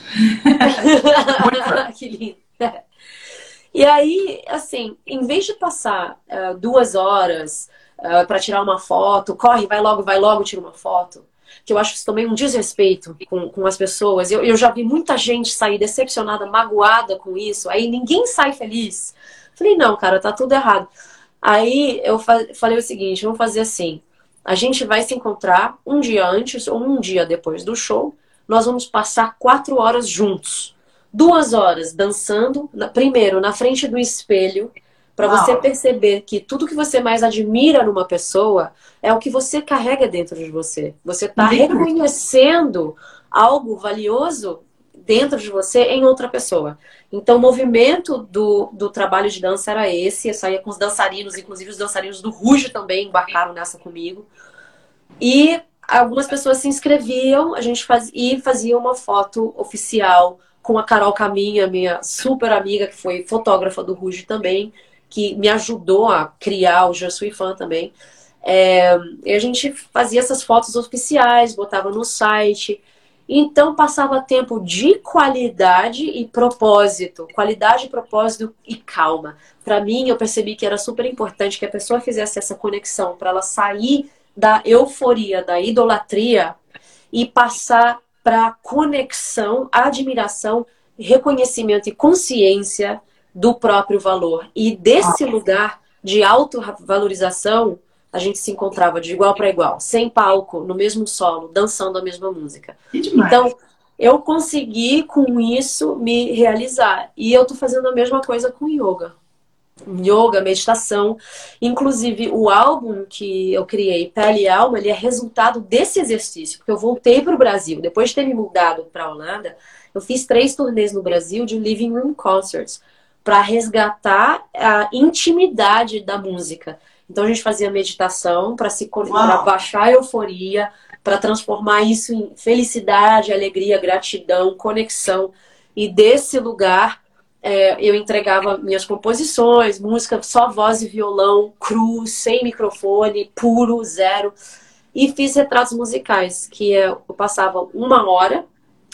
Que lindo. E aí, assim, em vez de passar uh, duas horas uh, para tirar uma foto, corre, vai logo, vai logo, tira uma foto, que eu acho isso também um desrespeito com, com as pessoas. Eu, eu já vi muita gente sair decepcionada, magoada com isso, aí ninguém sai feliz. Falei, não, cara, tá tudo errado. Aí eu fa falei o seguinte, vamos fazer assim, a gente vai se encontrar um dia antes ou um dia depois do show, nós vamos passar quatro horas juntos. Duas horas dançando, na, primeiro na frente do espelho, para você perceber que tudo que você mais admira numa pessoa é o que você carrega dentro de você. Você está reconhecendo algo valioso dentro de você em outra pessoa. Então o movimento do, do trabalho de dança era esse. Eu saía com os dançarinos, inclusive os dançarinos do Ruge também embarcaram nessa comigo. E algumas pessoas se inscreviam, a gente fazia, e fazia uma foto oficial com a Carol Caminha, minha super amiga, que foi fotógrafa do Ruge também, que me ajudou a criar o Je suis fan também. É, e a gente fazia essas fotos oficiais, botava no site. Então passava tempo de qualidade e propósito. Qualidade, propósito e calma. Para mim, eu percebi que era super importante que a pessoa fizesse essa conexão para ela sair da euforia, da idolatria e passar para conexão, admiração, reconhecimento e consciência do próprio valor. E desse lugar de autovalorização, a gente se encontrava de igual para igual, sem palco, no mesmo solo, dançando a mesma música. Então, eu consegui com isso me realizar. E eu tô fazendo a mesma coisa com yoga. Yoga, meditação. Inclusive, o álbum que eu criei, Pele e Alma, ele é resultado desse exercício. Porque eu voltei para o Brasil. Depois de ter me mudado para a Holanda, eu fiz três turnês no Brasil de Living Room Concerts para resgatar a intimidade da música. Então a gente fazia meditação para se para baixar a euforia, para transformar isso em felicidade, alegria, gratidão, conexão. E desse lugar é, eu entregava minhas composições, música só voz e violão, cru, sem microfone, puro, zero. E fiz retratos musicais, que eu passava uma hora,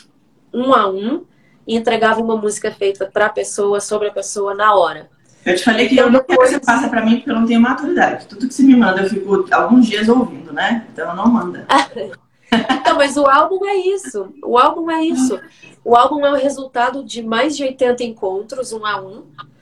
um a um, e entregava uma música feita para a pessoa, sobre a pessoa, na hora. Eu te falei que então, eu não depois... você passa pra mim porque eu não tenho maturidade. Tudo que você me manda eu fico alguns dias ouvindo, né? Então não manda. Então, mas o álbum é isso. O álbum é isso. O álbum é o resultado de mais de oitenta encontros, um a um.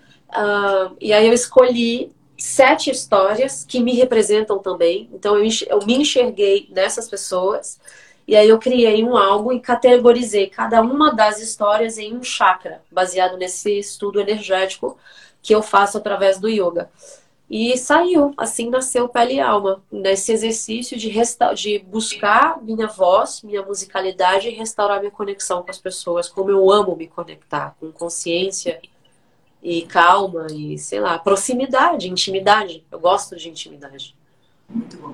Uh, e aí eu escolhi sete histórias que me representam também. Então eu, eu me enxerguei nessas pessoas. E aí eu criei um álbum e categorizei cada uma das histórias em um chakra, baseado nesse estudo energético que eu faço através do yoga. E saiu, assim nasceu Pele e Alma, nesse exercício de, de buscar minha voz, minha musicalidade e restaurar minha conexão com as pessoas, como eu amo me conectar, com consciência e calma e, sei lá, proximidade, intimidade. Eu gosto de intimidade. Muito bom.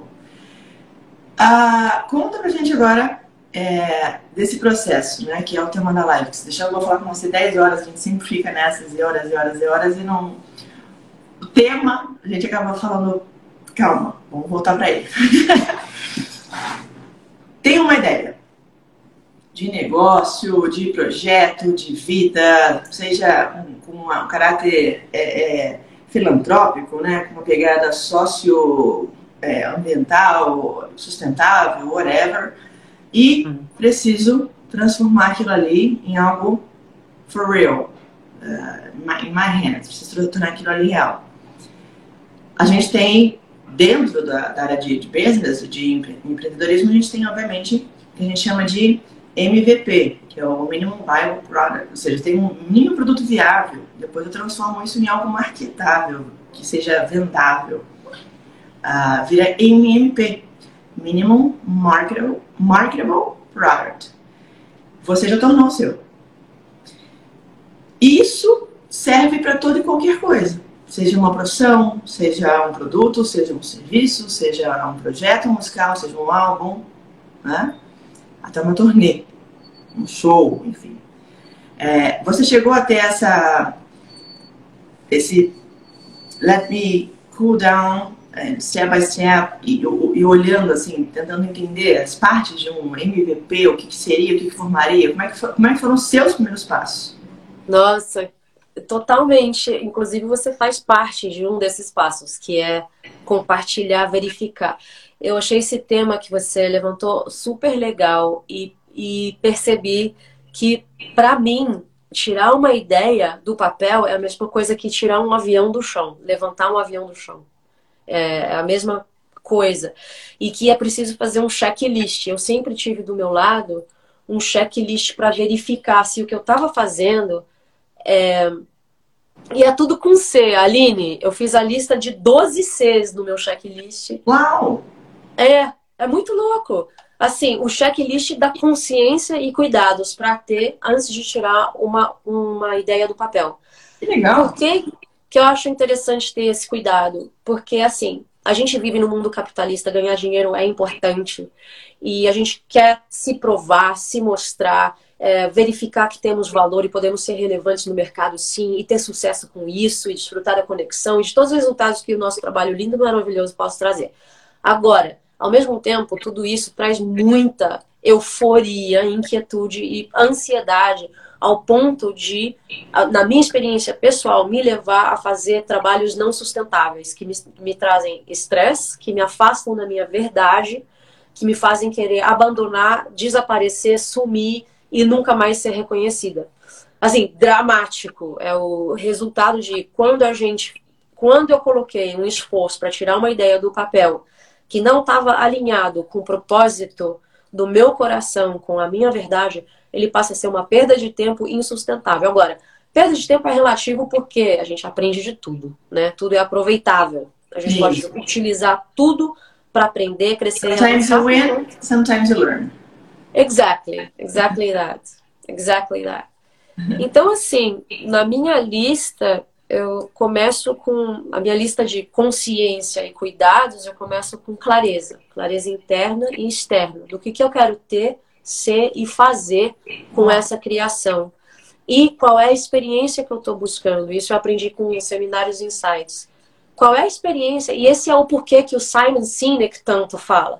Ah, conta pra gente agora é, desse processo, né, que é o tema da live. Se deixar eu vou falar com você dez horas, a gente sempre fica nessas e horas e horas e horas e não... O tema, a gente acaba falando... Calma, vamos voltar pra ele. Tem uma ideia. de negócio, de projeto, de vida, seja com, com um caráter é, é, filantrópico, né, com uma pegada socioambiental, é, sustentável, whatever, e preciso transformar aquilo ali em algo for real, uh, in my hands, preciso tornar aquilo ali real. A gente tem, dentro da, da área de, de business, de empre, empreendedorismo, a gente tem, obviamente, o que a gente chama de M V P, que é o Minimum Viable Product, ou seja, tem um mínimo produto viável, depois eu transformo isso em algo marketável, que seja vendável. Uh, vira M M P, Minimum Marketable, Marketable Product. Você já tornou o seu. Isso serve para toda e qualquer coisa. Seja uma profissão, seja um produto, seja um serviço, seja um projeto musical, seja um álbum, né? Até uma turnê, um show, enfim. É, você chegou a ter essa, esse let me cool down, step by step, e, e olhando assim, tentando entender as partes de um M V P, o que, que seria, o que, que formaria, como é que, for, como é que foram os seus primeiros passos? Nossa, totalmente. Inclusive, você faz parte de um desses passos, que é compartilhar, verificar. Eu achei esse tema que você levantou super legal e, e percebi que, para mim, tirar uma ideia do papel é a mesma coisa que tirar um avião do chão, levantar um avião do chão. É a mesma coisa. E que é preciso fazer um checklist. Eu sempre tive do meu lado um checklist para verificar se o que eu estava fazendo é... E é tudo com C. Aline, eu fiz a lista de doze Cs no meu checklist. Uau! É, é muito louco. Assim, o checklist da consciência e cuidados para ter antes de tirar uma, uma ideia do papel. Que legal! Por que, que eu acho interessante ter esse cuidado? Porque, assim, a gente vive no mundo capitalista, ganhar dinheiro é importante. E a gente quer se provar, se mostrar, é, verificar que temos valor e podemos ser relevantes no mercado, sim, e ter sucesso com isso, e desfrutar da conexão e de todos os resultados que o nosso trabalho lindo e maravilhoso possa trazer. Agora, ao mesmo tempo, tudo isso traz muita euforia, inquietude e ansiedade, ao ponto de, na minha experiência pessoal, me levar a fazer trabalhos não sustentáveis, que me, me trazem estresse, que me afastam da minha verdade, que me fazem querer abandonar, desaparecer, sumir e nunca mais ser reconhecida. Assim, dramático é o resultado de quando a gente, quando eu coloquei um esforço para tirar uma ideia do papel que não estava alinhado com o propósito do meu coração, com a minha verdade, ele passa a ser uma perda de tempo insustentável. Agora, perda de tempo é relativo porque a gente aprende de tudo, né? Tudo é aproveitável. A gente Sim. pode utilizar tudo para aprender, crescer. Sometimes you win, sometimes you learn. Exactly, exactly that. Exactly that. Então, assim, na minha lista, eu começo com a minha lista de consciência e cuidados, eu começo com clareza. Clareza interna e externa. Do que, que eu quero ter, ser e fazer com essa criação. E qual é a experiência que eu estou buscando. Isso eu aprendi com os seminários Insights. Qual é a experiência? E esse é o porquê que o Simon Sinek tanto fala.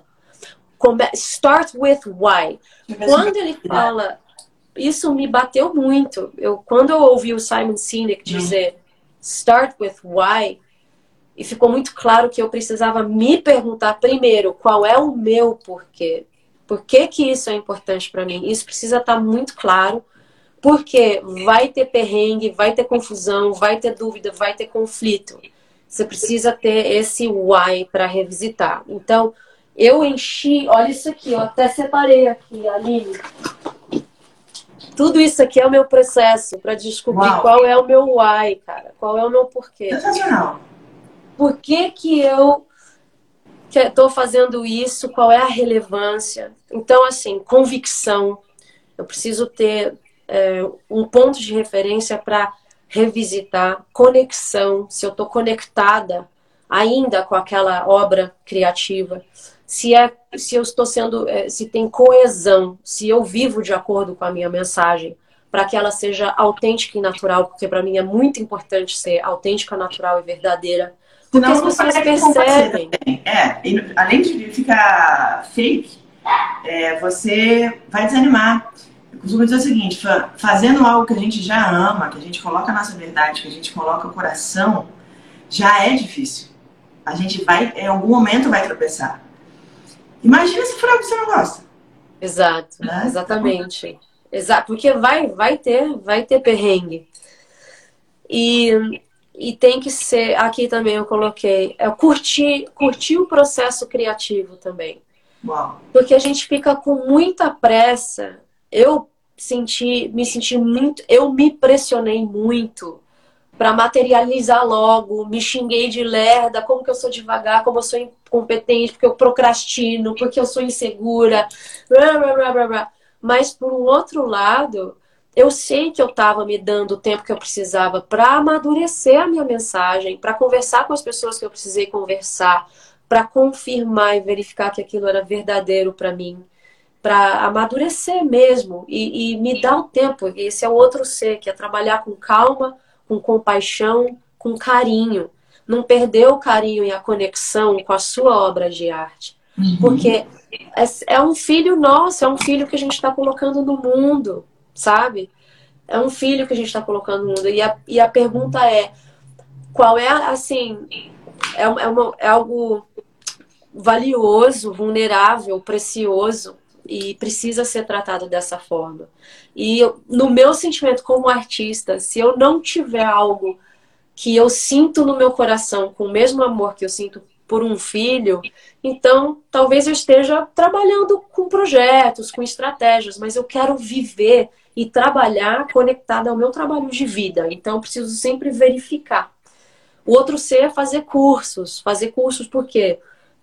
Start with why. Quando ele fala... Isso me bateu muito. Eu, quando eu ouvi o Simon Sinek dizer start with why, e ficou muito claro que eu precisava me perguntar primeiro qual é o meu porquê. Por que que isso é importante para mim? Isso precisa estar muito claro, porque vai ter perrengue, vai ter confusão, vai ter dúvida, vai ter conflito. Você precisa ter esse why para revisitar. Então, eu enchi... Olha isso aqui, eu até separei aqui, Aline. Tudo isso aqui é o meu processo para descobrir Uau. Qual é o meu why, cara. Qual é o meu porquê. Sensacional. Por que que eu estou fazendo isso? Qual é a relevância? Então, assim, convicção. Eu preciso ter é, um ponto de referência para revisitar. Conexão. Se eu estou conectada ainda com aquela obra criativa. Se, é, se eu estou sendo, se tem coesão, se eu vivo de acordo com a minha mensagem, para que ela seja autêntica e natural, porque para mim é muito importante ser autêntica, natural e verdadeira. Porque as pessoas percebem. É, e, além de ficar fake, é, você vai desanimar. Eu costumo dizer o seguinte, fazendo algo que a gente já ama, que a gente coloca a nossa verdade, que a gente coloca o coração, já é difícil. A gente vai, em algum momento vai tropeçar. Imagina se for algo que você não gosta. Exato, Né? exatamente. Exato, porque vai, vai ter, vai ter perrengue. E, e tem que ser, aqui também eu coloquei, é curtir, curtir o processo criativo também. Uau. Porque a gente fica com muita pressa. Eu senti, me senti muito, eu me pressionei muito para materializar logo, me xinguei de lerda, como que eu sou devagar, como eu sou incompetente, porque eu procrastino, porque eu sou insegura, blá, blá, blá, blá, blá. Mas por um outro lado, eu sei que eu estava me dando o tempo que eu precisava para amadurecer a minha mensagem, para conversar com as pessoas que eu precisei conversar, para confirmar e verificar que aquilo era verdadeiro para mim, para amadurecer mesmo e, e me dar o tempo. Esse é o outro ser, que é trabalhar com calma, com compaixão, com carinho. Não perder o carinho e a conexão com a sua obra de arte. Uhum. Porque é, é um filho nosso, é um filho que a gente está colocando no mundo, sabe? É um filho que a gente está colocando no mundo. E a, e a pergunta é, qual é, assim, é, é, uma, é algo valioso, vulnerável, precioso, e precisa ser tratado dessa forma. E eu, no meu sentimento como artista, se eu não tiver algo que eu sinto no meu coração com o mesmo amor que eu sinto por um filho, então talvez eu esteja trabalhando com projetos, com estratégias, mas eu quero viver e trabalhar conectada ao meu trabalho de vida. Então eu preciso sempre verificar. O outro ser é fazer cursos. Fazer cursos por quê?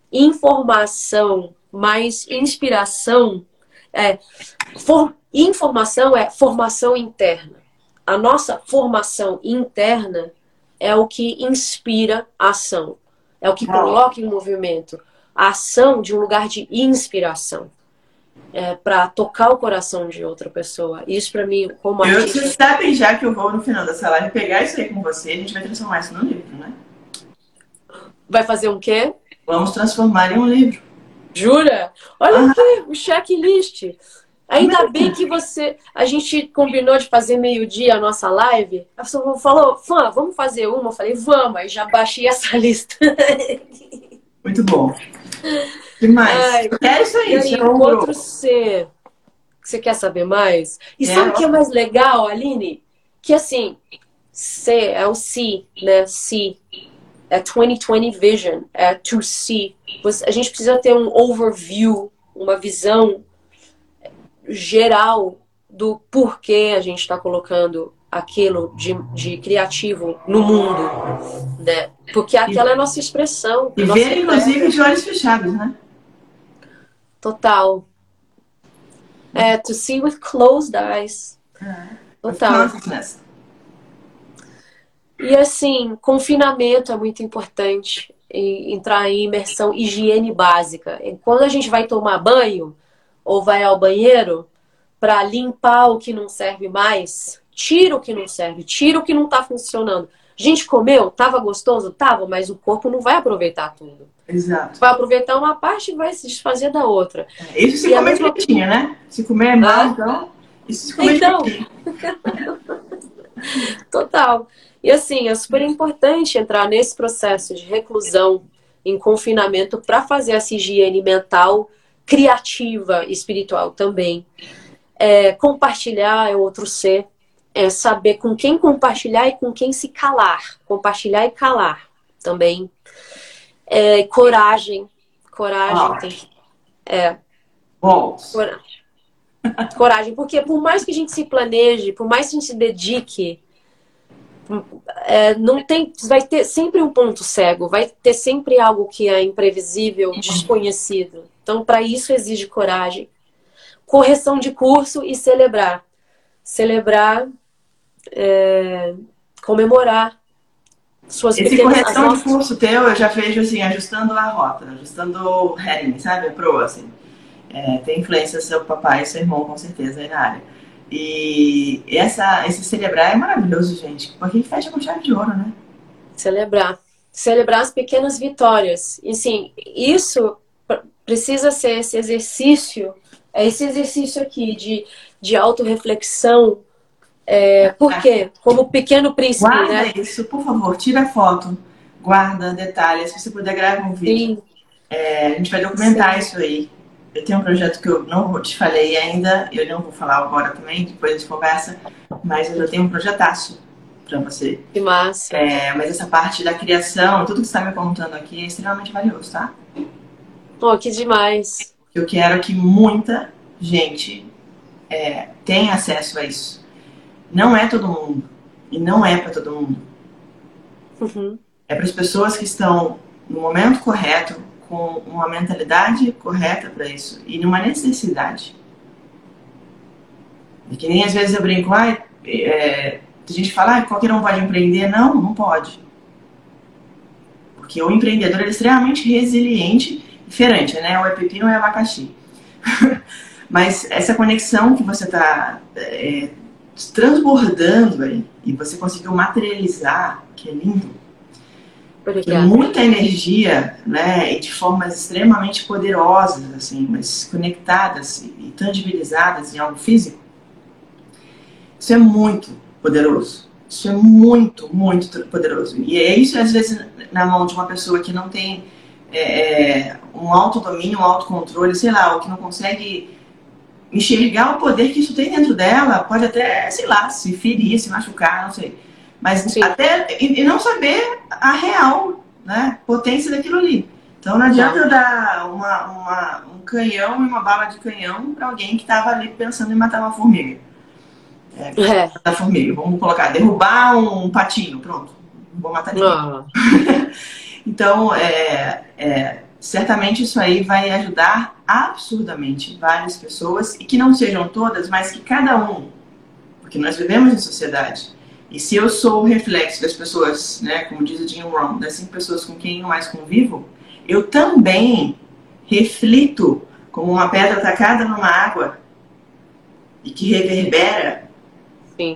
Informação mais inspiração é for, informação é formação interna. A nossa formação interna é o que inspira a ação, é o que coloca em movimento a ação de um lugar de inspiração, é, para tocar o coração de outra pessoa. Isso para mim, como eu, artista... Vocês sabem já que eu vou no final dessa live pegar isso aí com você e a gente vai transformar isso num livro, né? Vai fazer um quê? Vamos transformar em um livro. Jura? Olha Ah. aqui, o checklist. Ainda bem que você... A gente combinou de fazer meio-dia a nossa live. A pessoa falou, Fã, vamos fazer uma? Eu falei, vamos. Aí já baixei essa lista. Muito bom. Que mais? Ai, é isso aí. E aí, é o um outro ser... Você quer saber mais? E É. sabe o que é mais legal, Aline? Que assim, C é o C, né? C. É vinte vinte Vision, é to see. A gente precisa ter um overview, uma visão geral do porquê a gente está colocando aquilo de, de criativo no mundo, né? Porque aquela é a nossa expressão. E nossa ver, inclusive, de olhos fechados, né? Total. É, to see with closed eyes. Total. E assim, confinamento é muito importante. E entrar em imersão, higiene básica. E quando a gente vai tomar banho ou vai ao banheiro para limpar o que não serve mais, tira o que não serve, tira o que não está funcionando. A gente comeu, tava gostoso? Tava, mas o corpo não vai aproveitar tudo. Exato. Vai aproveitar uma parte e vai se desfazer da outra. É, isso se e comer mesma... direitinho, né? Se comer mal, ah. então... Isso se comer então... direitinho. Total. E assim, é super importante entrar nesse processo de reclusão, em confinamento, para fazer essa higiene mental, criativa, espiritual também. É, compartilhar é outro ser. É saber com quem compartilhar e com quem se calar. Compartilhar e calar também. É, coragem. Coragem Ah. tem que... É. Bom. Coragem. Coragem. Porque por mais que a gente se planeje, por mais que a gente se dedique, É, não tem, vai ter sempre um ponto cego, vai ter sempre algo que é imprevisível, desconhecido. Então, para isso exige coragem, correção de curso e celebrar. Celebrar, é, comemorar suas Esse pequenas... correção nossas... de curso teu, eu já vejo assim, ajustando a rota, ajustando o heading, sabe? A proa, assim. É, tem influência seu papai e seu irmão, com certeza, aí na área. E essa, esse celebrar é maravilhoso, gente, porque a gente fecha com chave de ouro, né? Celebrar. Celebrar as pequenas vitórias. E, assim, isso, precisa ser esse exercício, é esse exercício aqui de, de autorreflexão. É, por quê? Como Pequeno Príncipe, Guarda né? isso, por favor, tira foto, guarda detalhes. Se você puder, grava um vídeo. Sim, É, a gente vai documentar sim. isso aí. Eu tenho um projeto que eu não vou- te falei ainda, eu não vou falar agora também, depois a gente conversa, mas eu já tenho um projetaço para você. Que massa. É, mas essa parte da criação, tudo que você está me contando aqui é extremamente valioso, tá? Oh, que demais. Eu quero que muita gente é, tenha acesso a isso. Não é todo mundo. E não é para todo mundo. Uhum. É para as pessoas que estão no momento correto, com uma mentalidade correta para isso e numa necessidade. E que nem às vezes eu brinco, ah, é, a gente fala, ah, qualquer um pode empreender. Não, não pode. Porque o empreendedor ele é extremamente resiliente e diferente, né? Ou é pepino ou é abacaxi. Mas essa conexão que você está é, transbordando aí, e você conseguiu materializar, que é lindo, que é Obrigada. muita energia, né, e de formas extremamente poderosas, assim, mas conectadas e tangibilizadas em algo físico, isso é muito poderoso. Isso é muito, muito poderoso. E é isso, às vezes, na mão de uma pessoa que não tem é, um autodomínio, um autocontrole, sei lá, ou que não consegue enxergar o poder que isso tem dentro dela, pode até, sei lá, se ferir, se machucar, não sei. Mas Sim. até, e, e não saber a real, né, potência daquilo ali. Então não adianta eu dar uma, uma, um canhão e uma bala de canhão para alguém que estava ali pensando em matar uma formiga. É, É. matar formiga, vamos colocar, derrubar um patinho, pronto, não vou matar ninguém. Ah. Então, é, é, certamente isso aí vai ajudar absurdamente várias pessoas, e que não sejam todas, mas que cada um, porque nós vivemos em sociedade, e se eu sou o reflexo das pessoas, né, como diz o Jim Rohn, das cinco pessoas com quem eu mais convivo, eu também reflito como uma pedra tacada numa água e que reverbera, Sim.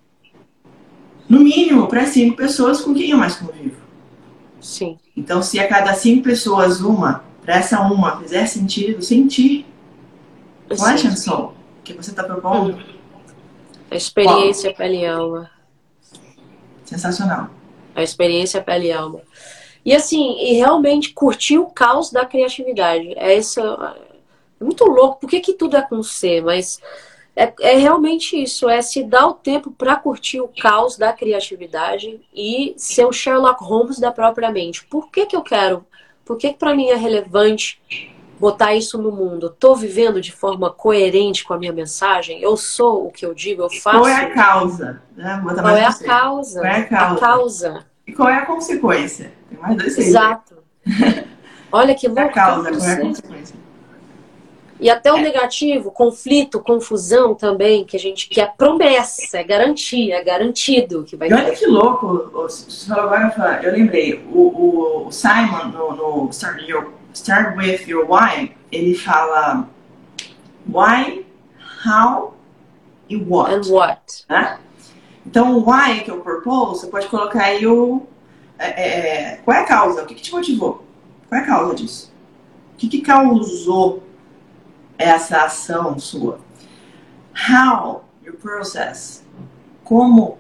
no mínimo, para cinco pessoas com quem eu mais convivo. Sim. Então, se a cada cinco pessoas, uma, para essa uma, fizer sentido, sentir, flash and soul, que você está propondo, Hum. A experiência pele e alma. sensacional. A experiência pele e alma. E assim, e realmente curtir o caos da criatividade. É isso. É muito louco. Por que que tudo é com C? Mas é, é realmente isso. É se dar o tempo para curtir o caos da criatividade e ser o Sherlock Holmes da própria mente. Por que que eu quero? Por que que para mim é relevante botar isso no mundo? Tô vivendo de forma coerente com a minha mensagem? Eu sou o que eu digo, eu faço. Qual é a causa? Né? Vou botar Qual mais é a você. causa? Qual é a causa? A causa. E qual é a consequência? Tem mais dois seis. Exato. Olha que Qual é a louco. causa? Tanto Qual é a ser. consequência? E até o negativo, conflito, confusão também, que a gente que é promessa, é garantia, é garantido que vai E olha ter. que louco, você falou agora, eu lembrei, o, o Simon no, no Start, Your, Start With Your Why, ele fala why, how e what. And what? Né? Então o why, que é o purpose, você pode colocar aí o é, é, qual é a causa, o que, que te motivou? Qual é a causa disso? O que, que causou essa ação sua? How, your process. Como.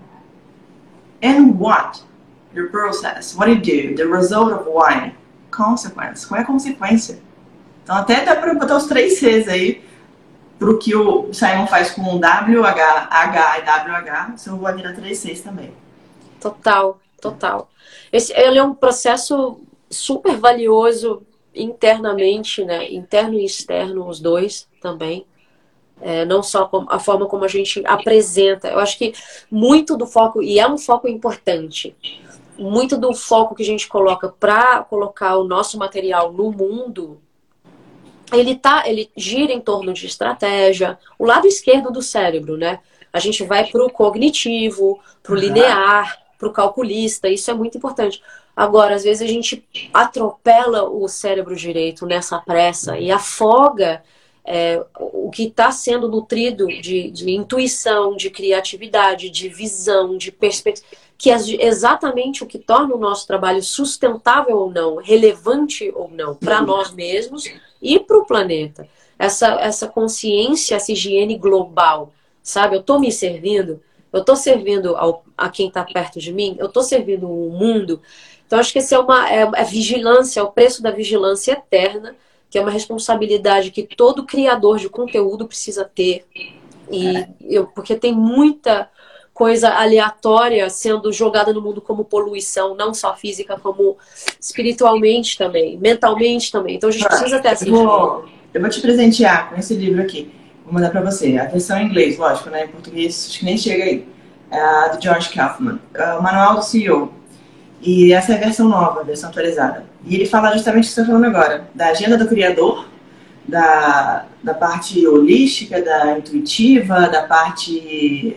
And what, your process. What you do, the result of why. Consequence. Qual é a consequência? Então até dá para botar os três Cs aí pro que o Simon faz com W, H, H e W H, você vai virar três Cs também. Total, total. Esse, ele é um processo super valioso internamente, né? Interno e externo, os dois também. É, não só a forma como a gente apresenta. Eu acho que muito do foco, e é um foco importante, muito do foco que a gente coloca para colocar o nosso material no mundo, ele, tá, ele gira em torno de estratégia, o lado esquerdo do cérebro, né? A gente vai para o cognitivo, para o linear, para o calculista, isso é muito importante. Agora, às vezes a gente atropela o cérebro direito nessa pressa e afoga é, o que está sendo nutrido de, de intuição, de criatividade, de visão, de perspectiva, que é exatamente o que torna o nosso trabalho sustentável ou não, relevante ou não, para nós mesmos e para o planeta. Essa, essa consciência, essa higiene global, sabe? Eu estou me servindo, eu estou servindo ao, a quem está perto de mim, eu estou servindo o mundo. Então, acho que esse é uma é, é vigilância, é o preço da vigilância eterna, que é uma responsabilidade que todo criador de conteúdo precisa ter. E eu, porque tem muita coisa aleatória sendo jogada no mundo como poluição, não só física, como espiritualmente também, mentalmente também. Então a gente precisa ter essa eu, eu vou te presentear com esse livro aqui. Vou mandar pra você. A versão em inglês, lógico, né? Em português, acho que nem chega aí. É a do George Kaufman. É o Manual do C E O. E essa é a versão nova, a versão atualizada. E ele fala justamente o que você está falando agora. Da agenda do criador, da, da parte holística, da intuitiva, da parte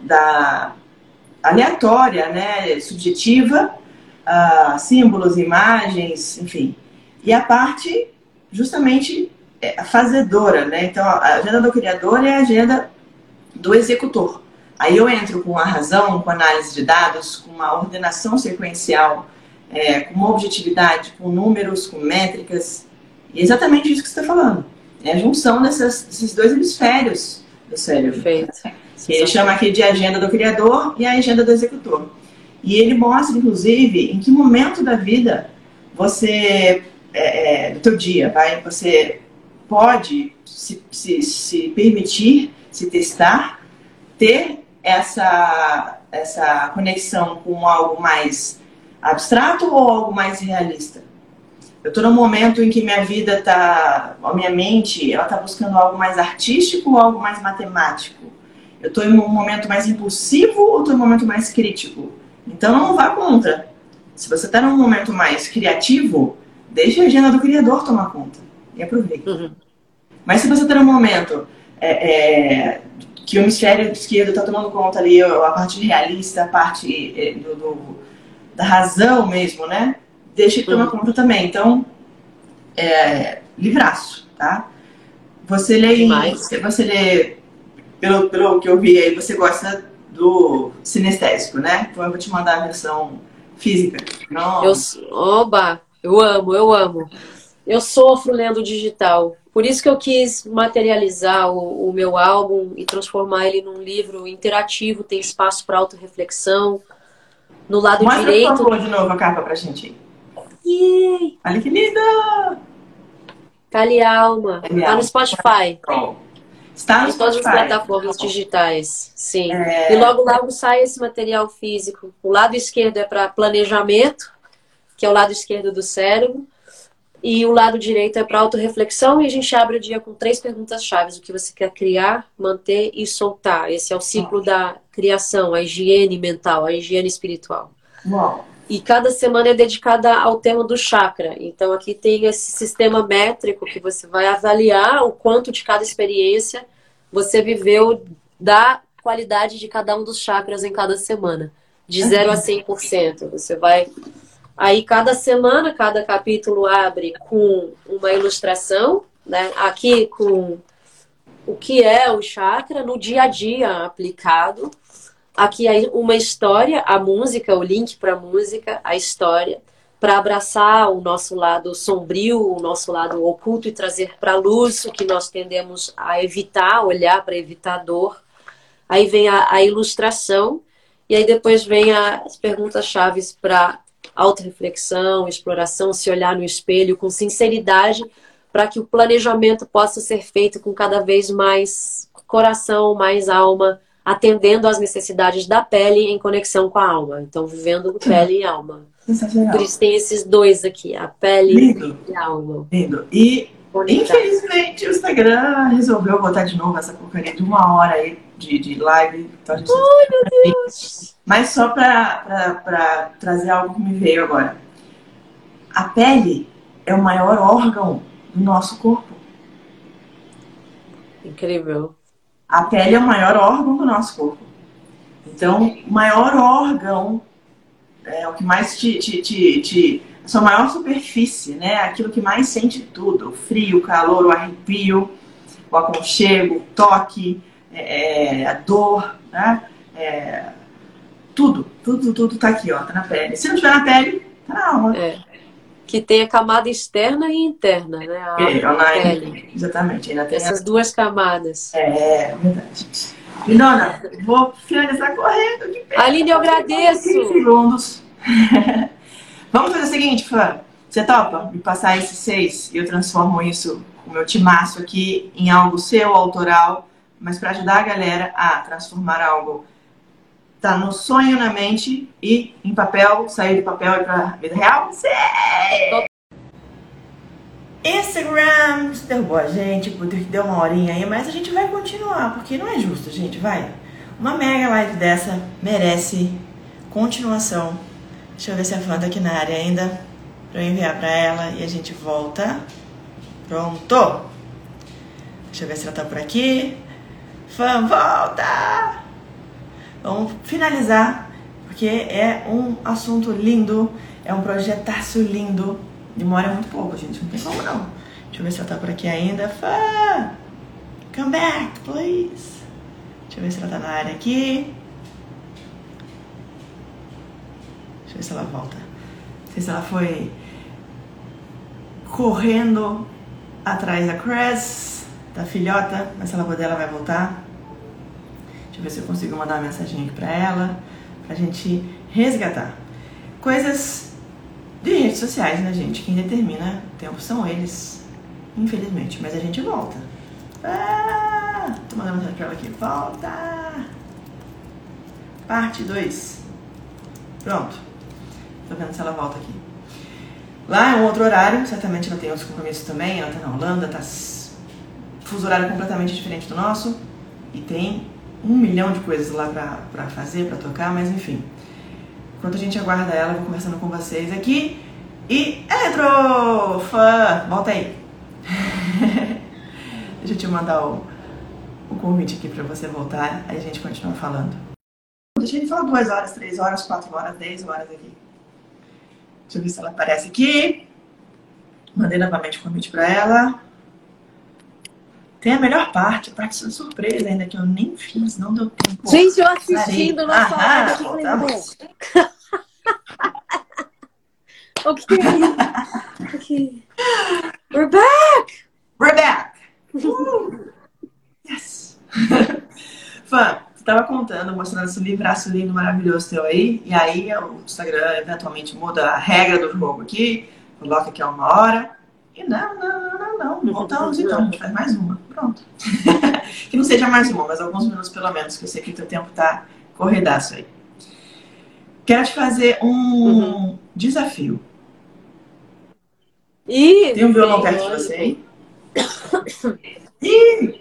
da aleatória, né, subjetiva, uh, símbolos, imagens, enfim. E a parte, justamente, é, a fazedora, né? Então, a agenda do criador é a agenda do executor. Aí eu entro com a razão, com análise de dados, com uma ordenação sequencial, é, com uma objetividade, com números, com métricas. E é exatamente isso que você está falando. É a junção dessas, desses dois hemisférios do cérebro. Perfeito. Que ele chama aqui de agenda do criador e a agenda do executor. E ele mostra, inclusive, em que momento da vida você, é, é, do teu dia, vai, você pode se, se, se permitir, se testar, ter essa, essa conexão com algo mais abstrato ou algo mais realista. Eu estou num momento em que minha vida está, a minha mente, ela está buscando algo mais artístico ou algo mais matemático. Eu estou em um momento mais impulsivo ou estou em um momento mais crítico? Então não vá contra. Se você está num momento mais criativo, deixe a agenda do criador tomar conta. E aproveite. Uhum. Mas se você está num momento é, é, que o hemisfério esquerdo está tomando conta ali, a parte realista, a parte é, do, do, da razão mesmo, né? Deixe ele tomar uhum. conta também. Então, é, livraço, tá? Você lê, você, você lê Pelo, pelo que eu vi aí, você gosta do sinestésico, né? Então eu vou te mandar a versão física. Eu, oba, eu amo, eu amo. Eu sofro lendo digital. Por isso que eu quis materializar o, o meu álbum e transformar ele num livro interativo, tem espaço para autorreflexão. No lado Mostra, direito... Mostra, por favor, de novo a capa pra gente. Yay. Olha que linda! Cali Alma. Tá no Spotify. Oh. Está em todas as plataformas digitais, sim. É... E logo logo sai esse material físico. O lado esquerdo é para planejamento, que é o lado esquerdo do cérebro, e o lado direito é para autorreflexão, e a gente abre o dia com três perguntas-chave: o que você quer criar, manter e soltar. Esse é o ciclo Uau. Da criação, a higiene mental, a higiene espiritual. Uau. E cada semana é dedicada ao tema do chakra. Então aqui tem esse sistema métrico que você vai avaliar o quanto de cada experiência você viveu da qualidade de cada um dos chakras em cada semana. De zero a cem por cento. Você vai... Aí cada semana, cada capítulo abre com uma ilustração, né? Aqui com o que é o chakra no dia a dia aplicado. Aqui é uma história, a música, o link para a música, a história, para abraçar o nosso lado sombrio, o nosso lado oculto e trazer para a luz o que nós tendemos a evitar, olhar para evitar a dor. Aí vem a, a ilustração e aí depois vem as perguntas-chave para autorreflexão, exploração, se olhar no espelho com sinceridade para que o planejamento possa ser feito com cada vez mais coração, mais alma, atendendo às necessidades da pele em conexão com a alma. Então, vivendo pele e alma. Sensacional. Por isso tem esses dois aqui, a pele Lindo. E a alma. Lindo. E, Bonita. Infelizmente, o Instagram resolveu botar de novo essa porcaria de uma hora aí de, de live. Então, a gente Ai, meu Deus! Mas só para trazer algo que me veio agora. A pele é o maior órgão do nosso corpo. Incrível. A pele é o maior órgão do nosso corpo. Então, o maior órgão é o que mais te... te, te, te a sua maior superfície, né? Aquilo que mais sente tudo. O frio, o calor, o arrepio. o aconchego, o toque, é, a dor, né? É, tudo, tudo, tudo tá aqui, ó, tá na pele. Se não tiver na pele, tá na alma. É. Que tem a camada externa e interna, né? A alma É, e a online, pele. exatamente. Ainda tem Essas a... duas camadas. É, verdade. Lindona, vou finalizar correndo de pé. Aline, eu agradeço. quinze segundos. Vamos fazer o seguinte, Fran. Você topa me passar esses seis e eu transformo isso, o meu timaço aqui, em algo seu, autoral, mas para ajudar a galera a transformar algo tá no sonho, na mente e em papel, sair do papel e pra vida real? Sei! Instagram derrubou a gente, porque deu uma horinha aí, mas a gente vai continuar, porque não é justo, gente, vai. Uma mega live dessa merece continuação. Deixa eu ver se a Fran tá aqui na área ainda, pra eu enviar pra ela e a gente volta. Pronto! Deixa eu ver se ela tá por aqui. Fran, volta! Vamos finalizar, porque é um assunto lindo, é um projetaço lindo. Demora muito pouco, gente, não tem como não. Deixa eu ver se ela tá por aqui ainda. Fã! Come back, please. Deixa eu ver se ela tá na área aqui. Deixa eu ver se ela volta. Não sei se ela foi correndo atrás da Cress, da filhota, mas se ela puder, ela vai voltar. Deixa eu ver se eu consigo mandar uma mensagem aqui pra ela, pra gente resgatar. Coisas de redes sociais, né, gente? Quem determina o tempo são eles, infelizmente. Mas a gente volta. Ah, tô mandando mensagem pra ela aqui. Volta! Parte dois. Pronto. Tô vendo se ela volta aqui. Lá é um outro horário, certamente ela tem outros compromissos também. Ela tá na Holanda, tá fuso horário completamente diferente do nosso. E tem um milhão de coisas lá pra, pra fazer, pra tocar, mas enfim. Enquanto a gente aguarda ela, eu vou conversando com vocês aqui. E Eletro! Fã! Volta aí! Deixa eu te mandar o, o convite aqui pra você voltar, aí a gente continua falando. Deixa ele falar duas horas, três horas, quatro horas, dez horas aqui. Deixa eu ver se ela aparece aqui. Mandei novamente o convite pra ela. Tem a melhor parte, a parte surpresa ainda, que eu nem fiz, não deu tempo. Gente, eu assistindo na sua live aqui, falei, ok, ok. We're back! We're back! Uh! Yes! Fã, você tava contando, mostrando esse livraço lindo, maravilhoso teu aí, e aí o Instagram eventualmente muda a regra do jogo aqui, coloca aqui a uma hora, e não, não, não, não, não, voltamos então, a gente faz mais uma, pronto. Que não seja mais uma, mas alguns minutos pelo menos, que eu sei que o teu tempo tá corridaço aí. Quero te fazer um uhum. desafio. Ih, tem um violão perto de você aí? Ih!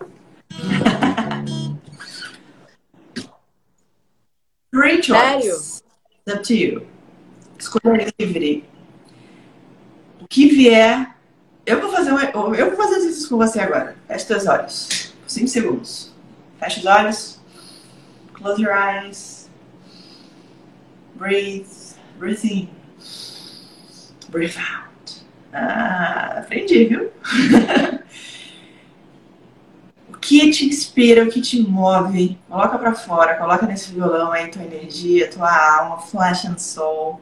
Three choices. Up to you. Escolha livre. O que vier. Eu vou fazer um, eu vou fazer isso com você agora. Feche teus olhos. Cinco segundos. Feche os olhos. Close your eyes. Breathe. Breathe in. Breathe out. Ah, aprendi, viu? O que te inspira, o que te move, coloca pra fora, coloca nesse violão aí tua energia, tua alma, flash and soul.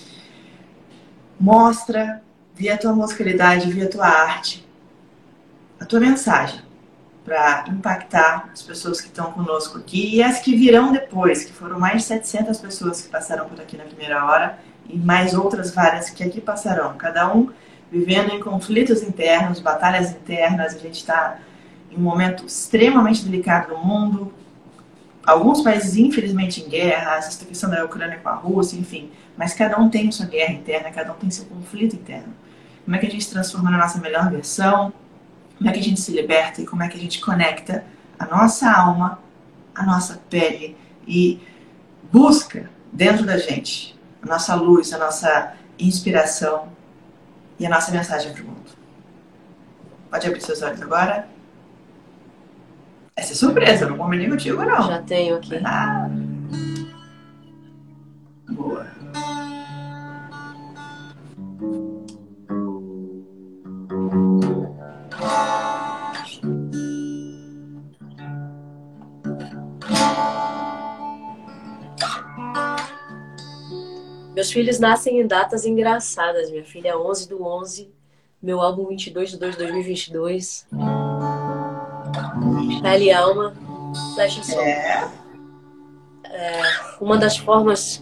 Mostra, via tua musicalidade, via tua arte, a tua mensagem para impactar as pessoas que estão conosco aqui e as que virão depois, que foram mais de setecentas pessoas que passaram por aqui na primeira hora e mais outras várias que aqui passarão, cada um vivendo em conflitos internos, batalhas internas. A gente está em um momento extremamente delicado do mundo, alguns países infelizmente em guerra, essa questão da Ucrânia com a Rússia, enfim, mas cada um tem sua guerra interna, cada um tem seu conflito interno. Como é que a gente se transforma na nossa melhor versão? Como é que a gente se liberta e como é que a gente conecta a nossa alma, a nossa pele e busca dentro da gente a nossa luz, a nossa inspiração e a nossa mensagem para o mundo. Pode abrir seus olhos agora. Essa é surpresa, eu não combinei contigo, não. Já tenho aqui. Ah. Boa. Meus filhos nascem em datas engraçadas. Minha filha é onze do onze, meu álbum vinte e dois de dois de dois mil e vinte e dois. Pele e alma, flecha e sombra. É. É, uma das formas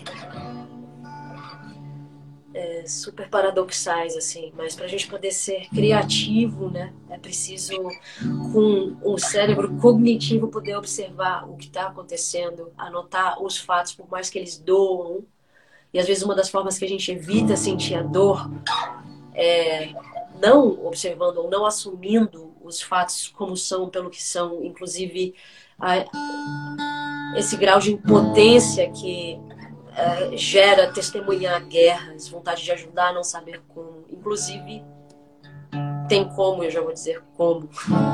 é, super paradoxais, assim, mas para a gente poder ser criativo, né, é preciso, com um cérebro cognitivo, poder observar o que está acontecendo, anotar os fatos, por mais que eles doam. E às vezes uma das formas que a gente evita sentir a dor é não observando ou não assumindo os fatos como são, pelo que são, inclusive a, esse grau de impotência que uh, gera testemunhar guerras, vontade de ajudar, não saber como. Inclusive, tem como, eu já vou dizer como.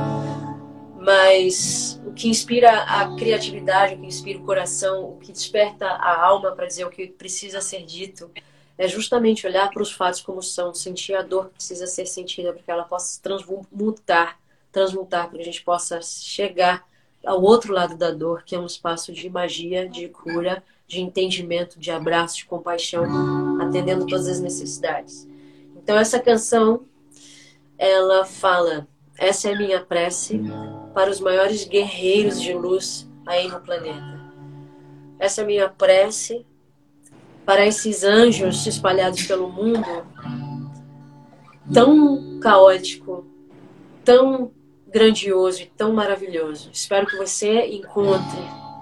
Mas o que inspira a criatividade, o que inspira o coração, o que desperta a alma para dizer o que precisa ser dito, é justamente olhar para os fatos como são, sentir a dor que precisa ser sentida para que ela possa se transmutar, transmutar, para que a gente possa chegar ao outro lado da dor, que é um espaço de magia, de cura, de entendimento, de abraço, de compaixão, atendendo todas as necessidades. Então essa canção, ela fala: essa é minha prece para os maiores guerreiros de luz aí no planeta. Essa é minha prece para esses anjos espalhados pelo mundo, tão caótico, tão grandioso e tão maravilhoso. Espero que você encontre